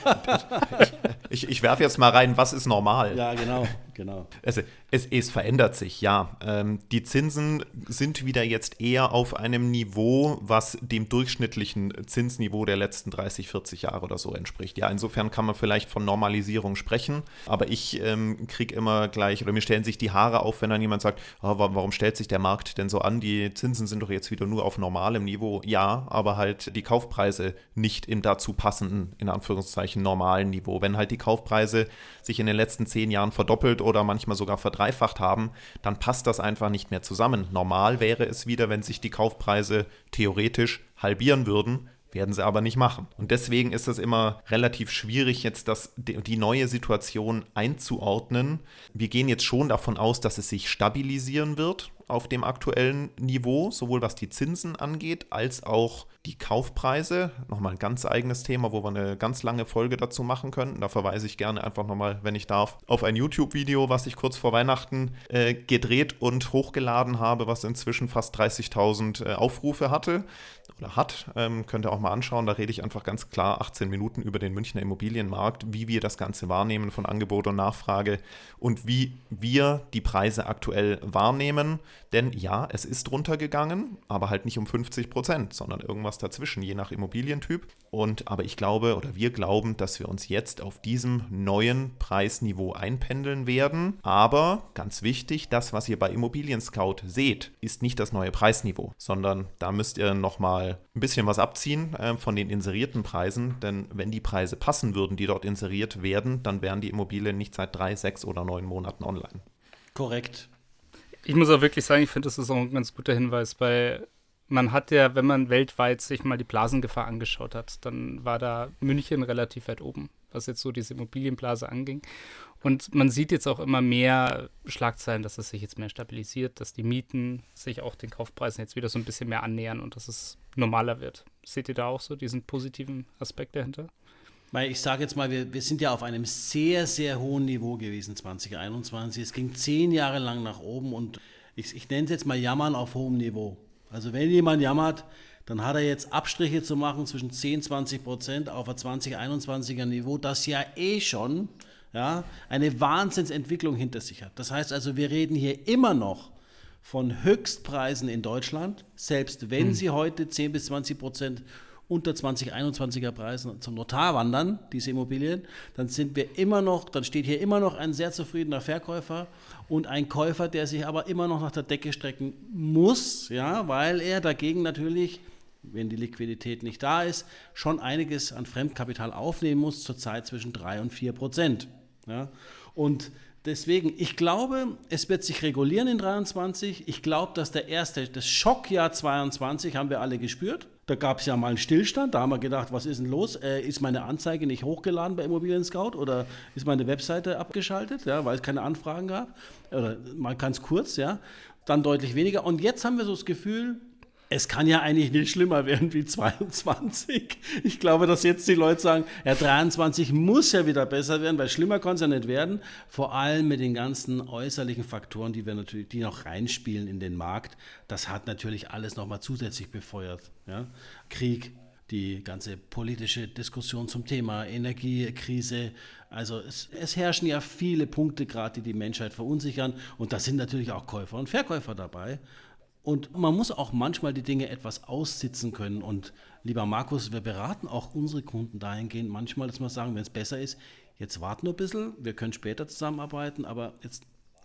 Ich, ich werfe jetzt mal rein, was ist normal? Ja, genau, genau. Also, es, es verändert sich, ja. Ähm, die Zinsen sind wieder jetzt eher auf einem Niveau, was dem durchschnittlichen Zinsniveau der letzten dreißig, vierzig Jahre oder so entspricht. Ja, insofern kann man vielleicht von Normalisierung sprechen, aber ich ähm, kriege immer gleich, oder mir stellen sich die Haare auf, wenn dann jemand sagt, oh, warum stellt sich der Markt denn so an? Die Zinsen sind doch jetzt wieder nur auf normalem Niveau. Ja, aber halt die Kaufpreise nicht im dazu passenden, in Anführungszeichen, normalen Niveau. Wenn halt die Kaufpreise sich in den letzten zehn Jahren verdoppelt oder manchmal sogar verdreifacht haben, dann passt das einfach nicht mehr zusammen. Normal wäre es wieder, wenn sich die Kaufpreise theoretisch halbieren würden, werden sie aber nicht machen. Und deswegen ist es immer relativ schwierig, jetzt das, die neue Situation einzuordnen. Wir gehen jetzt schon davon aus, dass es sich stabilisieren wird auf dem aktuellen Niveau, sowohl was die Zinsen angeht, als auch die Kaufpreise. Nochmal ein ganz eigenes Thema, wo wir eine ganz lange Folge dazu machen könnten. Da verweise ich gerne einfach nochmal, wenn ich darf, auf ein YouTube-Video, was ich kurz vor Weihnachten äh, gedreht und hochgeladen habe, was inzwischen fast dreißigtausend äh, Aufrufe hatte oder hat. Ähm, könnt ihr auch mal anschauen. Da rede ich einfach ganz klar achtzehn Minuten über den Münchner Immobilienmarkt, wie wir das Ganze wahrnehmen von Angebot und Nachfrage und wie wir die Preise aktuell wahrnehmen. Denn ja, es ist runtergegangen, aber halt nicht um fünfzig Prozent, sondern irgendwas dazwischen, je nach Immobilientyp. Und aber ich glaube oder wir glauben, dass wir uns jetzt auf diesem neuen Preisniveau einpendeln werden. Aber ganz wichtig, das, was ihr bei Immobilien Scout seht, ist nicht das neue Preisniveau, sondern da müsst ihr nochmal ein bisschen was abziehen äh, von den inserierten Preisen. Denn wenn die Preise passen würden, die dort inseriert werden, dann wären die Immobilien nicht seit drei, sechs oder neun Monaten online. Korrekt. Ich muss auch wirklich sagen, ich finde, das ist auch ein ganz guter Hinweis, weil man hat ja, wenn man weltweit sich mal die Blasengefahr angeschaut hat, dann war da München relativ weit oben, was jetzt so diese Immobilienblase anging. Und man sieht jetzt auch immer mehr Schlagzeilen, dass es sich jetzt mehr stabilisiert, dass die Mieten sich auch den Kaufpreisen jetzt wieder so ein bisschen mehr annähern und dass es normaler wird. Seht ihr da auch so diesen positiven Aspekt dahinter? Weil ich sage jetzt mal, wir, wir sind ja auf einem sehr, sehr hohen Niveau gewesen zwanzig einundzwanzig. Es ging zehn Jahre lang nach oben und ich, ich nenne es jetzt mal Jammern auf hohem Niveau. Also wenn jemand jammert, dann hat er jetzt Abstriche zu machen zwischen zehn, zwanzig Prozent auf ein zwanzig einundzwanziger Niveau, das ja eh schon ja, eine Wahnsinnsentwicklung hinter sich hat. Das heißt also, wir reden hier immer noch von Höchstpreisen in Deutschland, selbst wenn hm. sie heute zehn bis zwanzig Prozent unter zwanzig einundzwanziger Preisen zum Notar wandern, diese Immobilien, dann sind wir immer noch, dann steht hier immer noch ein sehr zufriedener Verkäufer und ein Käufer, der sich aber immer noch nach der Decke strecken muss, ja, weil er dagegen natürlich, wenn die Liquidität nicht da ist, schon einiges an Fremdkapital aufnehmen muss, zurzeit zwischen drei und vier Prozent. Ja. Und deswegen, ich glaube, es wird sich regulieren in dreiundzwanzig. Ich glaube, dass der erste, das Schockjahr zweiundzwanzig haben wir alle gespürt. Da gab es ja mal einen Stillstand, da haben wir gedacht, was ist denn los? Äh, ist meine Anzeige nicht hochgeladen bei Immobilien Scout oder ist meine Webseite abgeschaltet, ja, weil es keine Anfragen gab? Oder mal ganz kurz, ja, dann deutlich weniger. Und jetzt haben wir so das Gefühl, es kann ja eigentlich nicht schlimmer werden wie zweiundzwanzig. Ich glaube, dass jetzt die Leute sagen, ja, dreiundzwanzig muss ja wieder besser werden, weil schlimmer kann es ja nicht werden. Vor allem mit den ganzen äußerlichen Faktoren, die wir natürlich, die noch reinspielen in den Markt. Das hat natürlich alles nochmal zusätzlich befeuert. Ja? Krieg, die ganze politische Diskussion zum Thema Energiekrise. Also es, es herrschen ja viele Punkte gerade, die die Menschheit verunsichern. Und da sind natürlich auch Käufer und Verkäufer dabei. Und man muss auch manchmal die Dinge etwas aussitzen können. Und lieber Markus, wir beraten auch unsere Kunden dahingehend manchmal, dass wir sagen, wenn es besser ist, jetzt warten wir ein bisschen, wir können später zusammenarbeiten, aber jetzt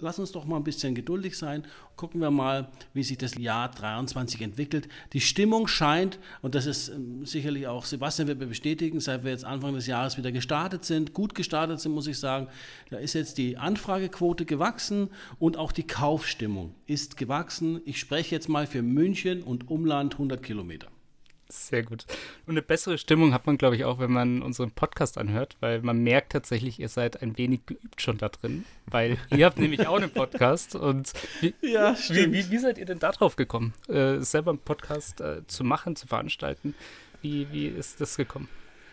lass uns doch mal ein bisschen geduldig sein. Gucken wir mal, wie sich das Jahr dreiundzwanzig entwickelt. Die Stimmung scheint, und das ist ähm, sicherlich auch, Sebastian wird mir bestätigen, seit wir jetzt Anfang des Jahres wieder gestartet sind, gut gestartet sind, muss ich sagen, da ist jetzt die Anfragequote gewachsen und auch die Kaufstimmung ist gewachsen. Ich spreche jetzt mal für München und Umland hundert Kilometer. Sehr gut. Und eine bessere Stimmung hat man, glaube ich, auch, wenn man unseren Podcast anhört, weil man merkt tatsächlich, ihr seid ein wenig geübt schon da drin, weil ihr habt nämlich auch einen Podcast. Und wie, ja, wie, wie, wie seid ihr denn da drauf gekommen, äh, selber einen Podcast äh, zu machen, zu veranstalten? Wie, wie ist das gekommen?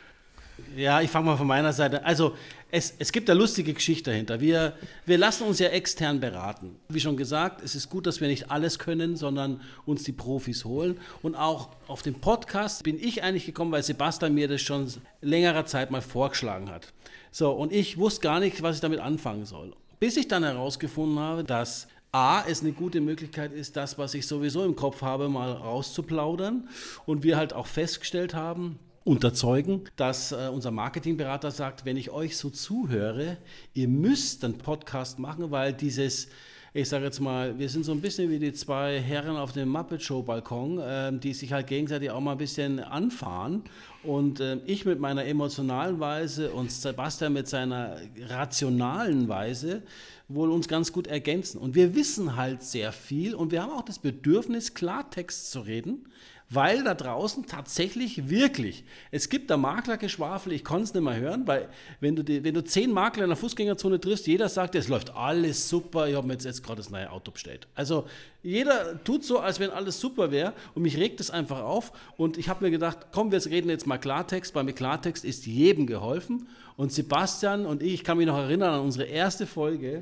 Ja, ich fange mal von meiner Seite. Also es, es gibt eine lustige Geschichte dahinter. Wir, wir lassen uns ja extern beraten. Wie schon gesagt, es ist gut, dass wir nicht alles können, sondern uns die Profis holen. Und auch auf den Podcast bin ich eigentlich gekommen, weil Sebastian mir das schon längerer Zeit mal vorgeschlagen hat. So, und ich wusste gar nicht, was ich damit anfangen soll. Bis ich dann herausgefunden habe, dass A, es eine gute Möglichkeit ist, das, was ich sowieso im Kopf habe, mal rauszuplaudern. Und wir halt auch festgestellt haben, unterzeugen, dass äh, unser Marketingberater sagt, wenn ich euch so zuhöre, ihr müsst einen Podcast machen, weil dieses, ich sage jetzt mal, wir sind so ein bisschen wie die zwei Herren auf dem Muppet-Show-Balkon, äh, die sich halt gegenseitig auch mal ein bisschen anfahren. Und äh, ich mit meiner emotionalen Weise und Sebastian mit seiner rationalen Weise wohl uns ganz gut ergänzen. Und wir wissen halt sehr viel und wir haben auch das Bedürfnis, Klartext zu reden, weil da draußen tatsächlich wirklich, es gibt da Maklergeschwafel, ich konnte es nicht mehr hören, weil wenn du, die, wenn du zehn Makler in der Fußgängerzone triffst, jeder sagt, es läuft alles super, ich habe mir jetzt, jetzt gerade das neue Auto bestellt. Also jeder tut so, als wenn alles super wäre und mich regt es einfach auf und ich habe mir gedacht, komm, wir reden jetzt mal Klartext, weil mit Klartext ist jedem geholfen. Und Sebastian und ich, ich kann mich noch erinnern an unsere erste Folge.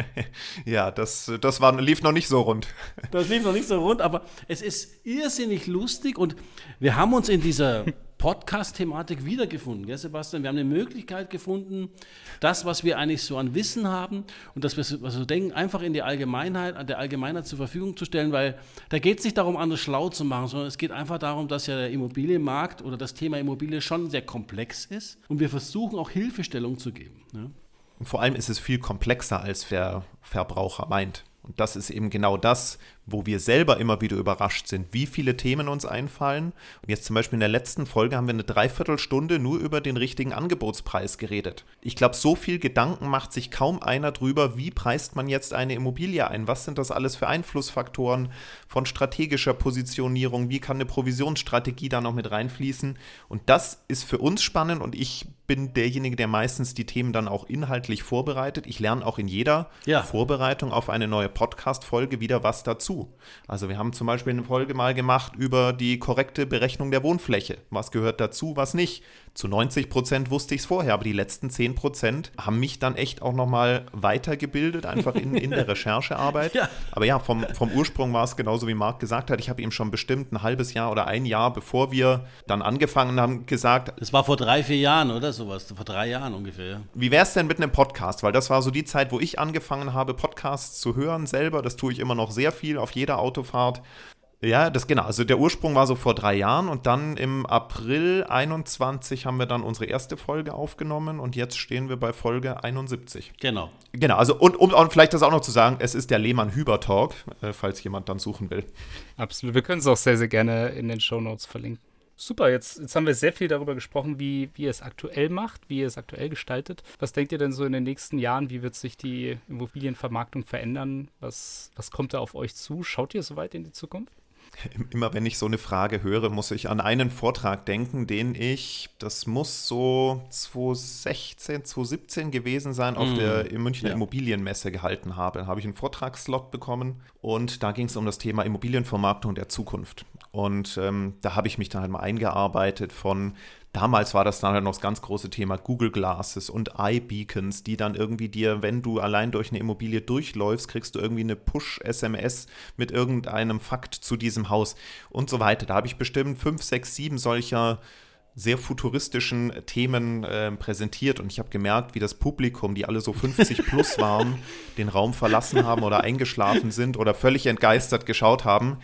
Ja, das, das war, lief noch nicht so rund. Das lief noch nicht so rund, aber es ist irrsinnig lustig und wir haben uns in dieser Podcast-Thematik wiedergefunden, gell, Sebastian? Wir haben eine Möglichkeit gefunden, das, was wir eigentlich so an Wissen haben und das, was wir so denken, einfach in die Allgemeinheit, an der Allgemeinheit zur Verfügung zu stellen, weil da geht es nicht darum, alles schlau zu machen, sondern es geht einfach darum, dass ja der Immobilienmarkt oder das Thema Immobilie schon sehr komplex ist und wir versuchen auch Hilfestellung zu geben. Ne? Und vor allem ist es viel komplexer, als Ver- Verbraucher meint. Und das ist eben genau das, wo wir selber immer wieder überrascht sind, wie viele Themen uns einfallen. Und jetzt zum Beispiel in der letzten Folge haben wir eine Dreiviertelstunde nur über den richtigen Angebotspreis geredet. Ich glaube, so viel Gedanken macht sich kaum einer drüber, wie preist man jetzt eine Immobilie ein? Was sind das alles für Einflussfaktoren von strategischer Positionierung? Wie kann eine Provisionsstrategie da noch mit reinfließen? Und das ist für uns spannend und ich bin derjenige, der meistens die Themen dann auch inhaltlich vorbereitet. Ich lerne auch in jeder ja. Vorbereitung auf eine neue Podcast-Folge wieder was dazu. Also wir haben zum Beispiel eine Folge mal gemacht über die korrekte Berechnung der Wohnfläche. Was gehört dazu, was nicht. Zu neunzig Prozent wusste ich es vorher, aber die letzten zehn Prozent haben mich dann echt auch nochmal weitergebildet, einfach in, in der Recherchearbeit. Ja. Aber ja, vom, vom Ursprung war es genauso, wie Marc gesagt hat. Ich habe ihm schon bestimmt ein halbes Jahr oder ein Jahr, bevor wir dann angefangen haben, gesagt. Das war vor drei, vier Jahren oder sowas, vor drei Jahren ungefähr. Wie wäre es denn mit einem Podcast? Weil das war so die Zeit, wo ich angefangen habe, Podcasts zu hören selber. Das tue ich immer noch sehr viel auf jeder Autofahrt. Ja, das genau. Also der Ursprung war so vor drei Jahren und dann im April einundzwanzig haben wir dann unsere erste Folge aufgenommen und jetzt stehen wir bei Folge einundsiebzig. Genau. Genau, also und um und vielleicht das auch noch zu sagen, es ist der Lehmann-Hüber-Talk, äh, falls jemand dann suchen will. Absolut, wir können es auch sehr, sehr gerne in den Shownotes verlinken. Super, jetzt, jetzt haben wir sehr viel darüber gesprochen, wie, wie ihr es aktuell macht, wie ihr es aktuell gestaltet. Was denkt ihr denn so in den nächsten Jahren? Wie wird sich die Immobilienvermarktung verändern? Was, was kommt da auf euch zu? Schaut ihr so weit in die Zukunft? Immer wenn ich so eine Frage höre, muss ich an einen Vortrag denken, den ich, das muss so zweitausendsechzehn, zweitausendsiebzehn gewesen sein, auf mm, der Münchner ja. Immobilienmesse gehalten habe. Da habe ich einen Vortragsslot bekommen und da ging es um das Thema Immobilienvermarktung der Zukunft. Und ähm, da habe ich mich dann halt mal eingearbeitet von Damals war das dann halt noch das ganz große Thema Google Glasses und iBeacons, die dann irgendwie dir, wenn du allein durch eine Immobilie durchläufst, kriegst du irgendwie eine Push-S M S mit irgendeinem Fakt zu diesem Haus und so weiter. Da habe ich bestimmt fünf, sechs, sieben solcher sehr futuristischen Themen äh, präsentiert und ich habe gemerkt, wie das Publikum, die alle so fünfzig plus waren, den Raum verlassen haben oder eingeschlafen sind oder völlig entgeistert geschaut haben.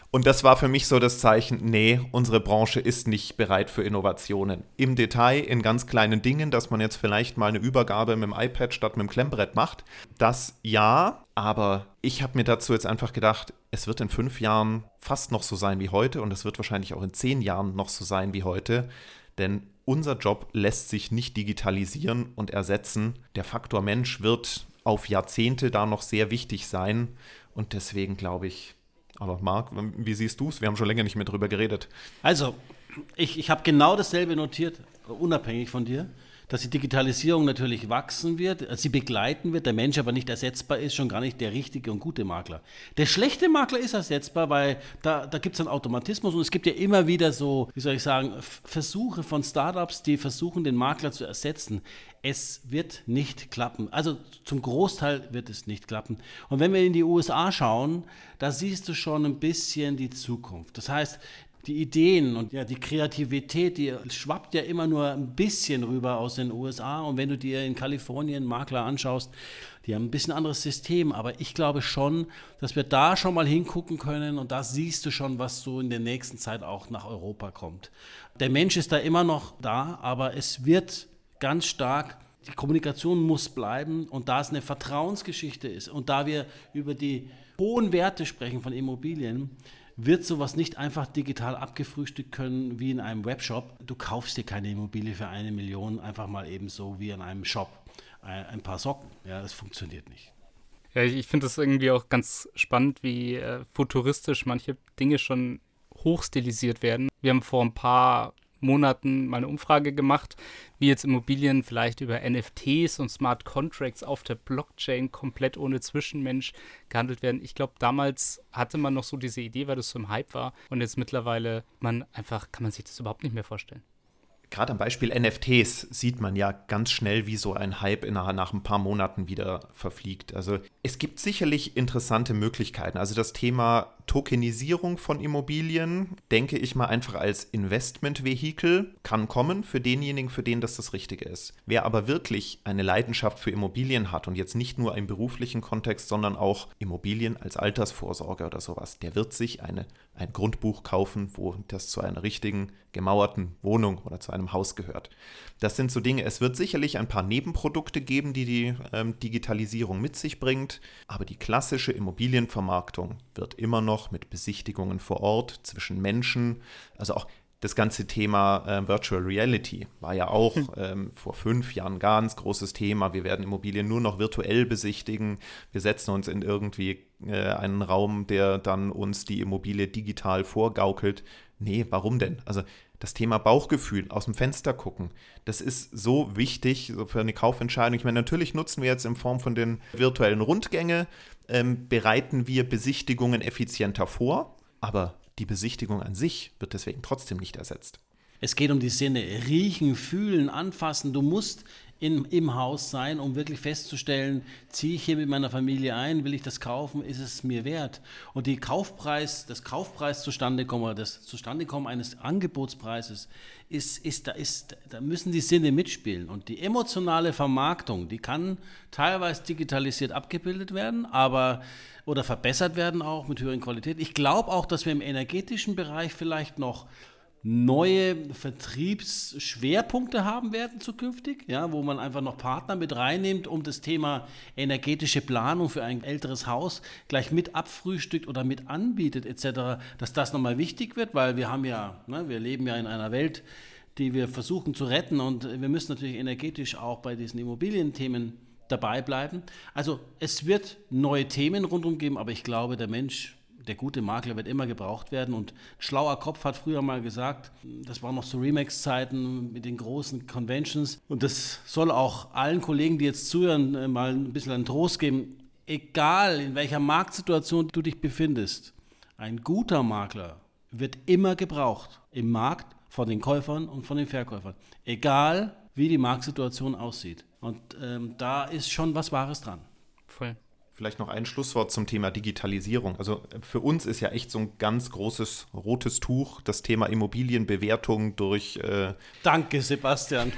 Und das war für mich so das Zeichen, nee, unsere Branche ist nicht bereit für Innovationen. Im Detail, in ganz kleinen Dingen, dass man jetzt vielleicht mal eine Übergabe mit dem iPad statt mit dem Klemmbrett macht. Das ja, aber ich habe mir dazu jetzt einfach gedacht, es wird in fünf Jahren fast noch so sein wie heute und es wird wahrscheinlich auch in zehn Jahren noch so sein wie heute. Denn unser Job lässt sich nicht digitalisieren und ersetzen. Der Faktor Mensch wird auf Jahrzehnte da noch sehr wichtig sein. Und deswegen glaube ich, aber Marc, wie siehst du es? Wir haben schon länger nicht mehr drüber geredet. Also, ich, ich habe genau dasselbe notiert, unabhängig von dir, dass die Digitalisierung natürlich wachsen wird, sie begleiten wird, der Mensch aber nicht ersetzbar ist, schon gar nicht der richtige und gute Makler. Der schlechte Makler ist ersetzbar, weil da, da gibt es einen Automatismus und es gibt ja immer wieder so, wie soll ich sagen, Versuche von Startups, die versuchen, den Makler zu ersetzen. Es wird nicht klappen. Also zum Großteil wird es nicht klappen. Und wenn wir in die U S A schauen, da siehst du schon ein bisschen die Zukunft. Das heißt, die Ideen und ja, die Kreativität, die schwappt ja immer nur ein bisschen rüber aus den U S A. Und wenn du dir in Kalifornien Makler anschaust, die haben ein bisschen anderes System. Aber ich glaube schon, dass wir da schon mal hingucken können. Und da siehst du schon, was so in der nächsten Zeit auch nach Europa kommt. Der Mensch ist da immer noch da, aber es wird ganz stark, die Kommunikation muss bleiben. Und da es eine Vertrauensgeschichte ist und da wir über die hohen Werte sprechen von Immobilien, wird sowas nicht einfach digital abgefrühstückt können wie in einem Webshop. Du kaufst dir keine Immobilie für eine Million einfach mal eben so wie in einem Shop. Ein paar Socken, ja, das funktioniert nicht. Ja, ich, ich finde das irgendwie auch ganz spannend, wie äh, futuristisch manche Dinge schon hochstilisiert werden. Wir haben vor ein paar Monaten mal eine Umfrage gemacht, wie jetzt Immobilien vielleicht über N F Ts und Smart Contracts auf der Blockchain komplett ohne Zwischenmensch gehandelt werden. Ich glaube, damals hatte man noch so diese Idee, weil das so im Hype war und jetzt mittlerweile man einfach, kann man sich das überhaupt nicht mehr vorstellen. Gerade am Beispiel N F Ts sieht man ja ganz schnell, wie so ein Hype nach, nach ein paar Monaten wieder verfliegt. Also es gibt sicherlich interessante Möglichkeiten. Also das Thema Tokenisierung von Immobilien, denke ich mal einfach als Investmentvehikel, kann kommen für denjenigen, für den das das Richtige ist. Wer aber wirklich eine Leidenschaft für Immobilien hat und jetzt nicht nur im beruflichen Kontext, sondern auch Immobilien als Altersvorsorge oder sowas, der wird sich eine, ein Grundbuch kaufen, wo das zu einer richtigen gemauerten Wohnung oder zu einem Haus gehört. Das sind so Dinge, es wird sicherlich ein paar Nebenprodukte geben, die die ähm, Digitalisierung mit sich bringt, aber die klassische Immobilienvermarktung wird immer noch mit Besichtigungen vor Ort zwischen Menschen, also auch das ganze Thema äh, Virtual Reality war ja auch ähm, vor fünf Jahren ein ganz großes Thema. Wir werden Immobilien nur noch virtuell besichtigen. Wir setzen uns in irgendwie äh, einen Raum, der dann uns die Immobilie digital vorgaukelt. Nee, warum denn? Also das Thema Bauchgefühl, aus dem Fenster gucken, das ist so wichtig so für eine Kaufentscheidung. Ich meine, natürlich nutzen wir jetzt in Form von den virtuellen Rundgänge, ähm, bereiten wir Besichtigungen effizienter vor, aber die Besichtigung an sich wird deswegen trotzdem nicht ersetzt. Es geht um die Sinne, riechen, fühlen, anfassen. Du musst in, im Haus sein, um wirklich festzustellen, ziehe ich hier mit meiner Familie ein, will ich das kaufen, ist es mir wert? Und die Kaufpreis, das Kaufpreis zustandekommen oder das Zustandekommen eines Angebotspreises, ist, ist, da, ist, da müssen die Sinne mitspielen. Und die emotionale Vermarktung, die kann teilweise digitalisiert abgebildet werden, aber oder verbessert werden auch mit höheren Qualität. Ich glaube auch, dass wir im energetischen Bereich vielleicht noch neue Vertriebsschwerpunkte haben werden zukünftig, ja, wo man einfach noch Partner mit reinnimmt, um das Thema energetische Planung für ein älteres Haus gleich mit abfrühstückt oder mit anbietet et cetera, dass das nochmal wichtig wird, weil wir haben ja, ne, wir leben ja in einer Welt, die wir versuchen zu retten und wir müssen natürlich energetisch auch bei diesen Immobilienthemen dabei bleiben. Also es wird neue Themen rundherum geben, aber ich glaube, der Mensch, der gute Makler wird immer gebraucht werden und ein schlauer Kopf hat früher mal gesagt, das waren noch so Remax-Zeiten mit den großen Conventions und das soll auch allen Kollegen, die jetzt zuhören, mal ein bisschen einen Trost geben, egal in welcher Marktsituation du dich befindest, ein guter Makler wird immer gebraucht im Markt von den Käufern und von den Verkäufern, egal wie die Marktsituation aussieht. Und ähm, da ist schon was Wahres dran. Voll. Vielleicht noch ein Schlusswort zum Thema Digitalisierung. Also für uns ist ja echt so ein ganz großes rotes Tuch das Thema Immobilienbewertung durch... Äh, Danke, Sebastian.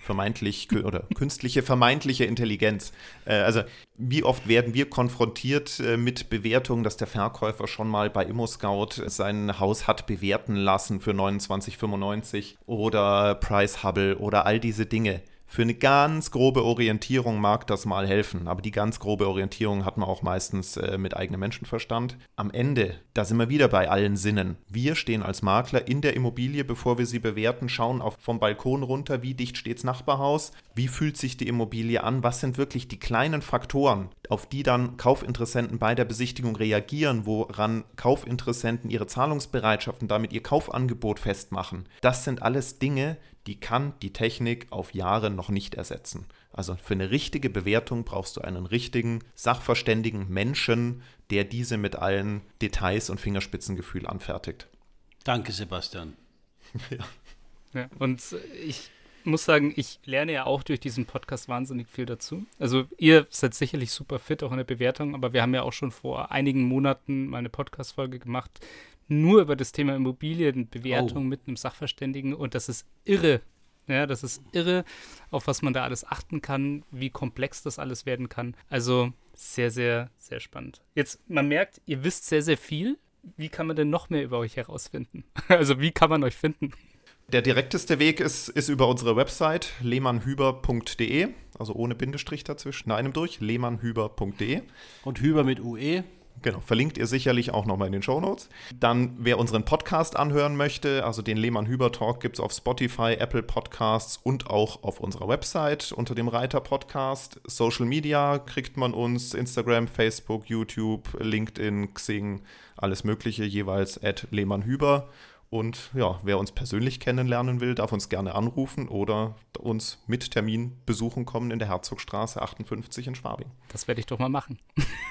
vermeintlich oder künstliche vermeintliche Intelligenz. Äh, also wie oft werden wir konfrontiert äh, mit Bewertungen, dass der Verkäufer schon mal bei ImmoScout sein Haus hat bewerten lassen für neunundzwanzig Komma fünfundneunzig oder Price Hubble oder all diese Dinge. Für eine ganz grobe Orientierung mag das mal helfen, aber die ganz grobe Orientierung hat man auch meistens äh, mit eigenem Menschenverstand. Am Ende, da sind wir wieder bei allen Sinnen. Wir stehen als Makler in der Immobilie, bevor wir sie bewerten, schauen auf, vom Balkon runter, wie dicht steht's Nachbarhaus, wie fühlt sich die Immobilie an, was sind wirklich die kleinen Faktoren, auf die dann Kaufinteressenten bei der Besichtigung reagieren, woran Kaufinteressenten ihre Zahlungsbereitschaft und damit ihr Kaufangebot festmachen. Das sind alles Dinge, die kann die Technik auf Jahre noch nicht ersetzen. Also für eine richtige Bewertung brauchst du einen richtigen, sachverständigen Menschen, der diese mit allen Details und Fingerspitzengefühl anfertigt. Danke, Sebastian. Ja. Ja, und ich muss sagen, ich lerne ja auch durch diesen Podcast wahnsinnig viel dazu. Also ihr seid sicherlich super fit, auch in der Bewertung, aber wir haben ja auch schon vor einigen Monaten mal eine Podcast-Folge gemacht, nur über das Thema Immobilienbewertung oh. mit einem Sachverständigen und das ist irre. Ja, das ist irre, auf was man da alles achten kann, wie komplex das alles werden kann. Also sehr, sehr, sehr spannend. Jetzt, man merkt, ihr wisst sehr, sehr viel. Wie kann man denn noch mehr über euch herausfinden? Also wie kann man euch finden? Der direkteste Weg ist, ist über unsere Website lehmannhüber punkt de, also ohne Bindestrich dazwischen, in einem durch, lehmannhüber punkt de. Und Hüber mit U E. Genau, verlinkt ihr sicherlich auch nochmal in den Shownotes. Dann, wer unseren Podcast anhören möchte, also den Lehmann-Hüber-Talk gibt es auf Spotify, Apple Podcasts und auch auf unserer Website unter dem Reiter Podcast. Social Media kriegt man uns, Instagram, Facebook, YouTube, LinkedIn, Xing, alles mögliche, jeweils at Lehmann-Hüber. Und ja, wer uns persönlich kennenlernen will, darf uns gerne anrufen oder uns mit Termin besuchen kommen in der Herzogstraße achtundfünfzig in Schwabing. Das werde ich doch mal machen.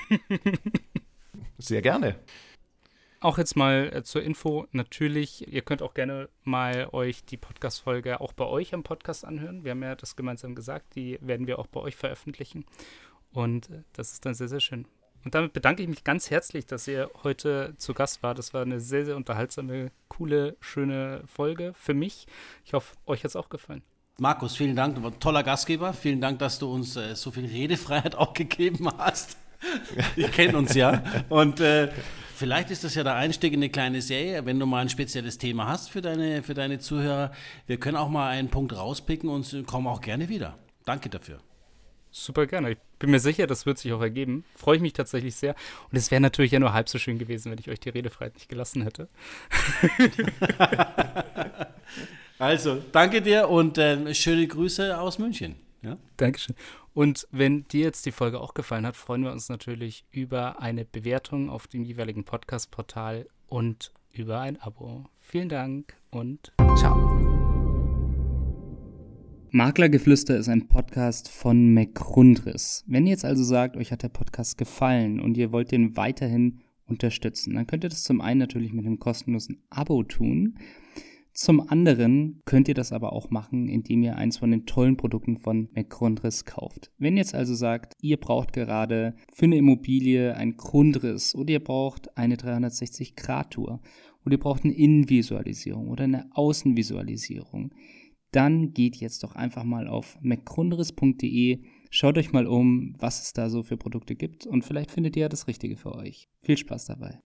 Sehr gerne. Auch jetzt mal äh, zur Info, natürlich, ihr könnt auch gerne mal euch die Podcast-Folge auch bei euch am Podcast anhören. Wir haben ja das gemeinsam gesagt, die werden wir auch bei euch veröffentlichen. Und äh, das ist dann sehr, sehr schön. Und damit bedanke ich mich ganz herzlich, dass ihr heute zu Gast wart. Das war eine sehr, sehr unterhaltsame, coole, schöne Folge für mich. Ich hoffe, euch hat es auch gefallen. Markus, vielen Dank. Du warst ein toller Gastgeber. Vielen Dank, dass du uns äh, so viel Redefreiheit auch gegeben hast. Wir kennen uns ja. Und äh, vielleicht ist das ja der Einstieg in eine kleine Serie, wenn du mal ein spezielles Thema hast für deine, für deine Zuhörer. Wir können auch mal einen Punkt rauspicken und kommen auch gerne wieder. Danke dafür. Super gerne. Ich bin mir sicher, das wird sich auch ergeben. Freue ich mich tatsächlich sehr. Und es wäre natürlich ja nur halb so schön gewesen, wenn ich euch die Redefreiheit nicht gelassen hätte. Also, danke dir und äh, schöne Grüße aus München. Ja? Dankeschön. Und wenn dir jetzt die Folge auch gefallen hat, freuen wir uns natürlich über eine Bewertung auf dem jeweiligen Podcast-Portal und über ein Abo. Vielen Dank und ciao. Maklergeflüster ist ein Podcast von McGrundriss. Wenn ihr jetzt also sagt, euch hat der Podcast gefallen und ihr wollt den weiterhin unterstützen, dann könnt ihr das zum einen natürlich mit einem kostenlosen Abo tun. Zum anderen könnt ihr das aber auch machen, indem ihr eins von den tollen Produkten von McGrundriss kauft. Wenn ihr jetzt also sagt, ihr braucht gerade für eine Immobilie einen Grundriss oder ihr braucht eine dreihundertsechzig Grad Tour oder ihr braucht eine Innenvisualisierung oder eine Außenvisualisierung, dann geht jetzt doch einfach mal auf mcgrundriss punkt de, schaut euch mal um, was es da so für Produkte gibt und vielleicht findet ihr ja das Richtige für euch. Viel Spaß dabei.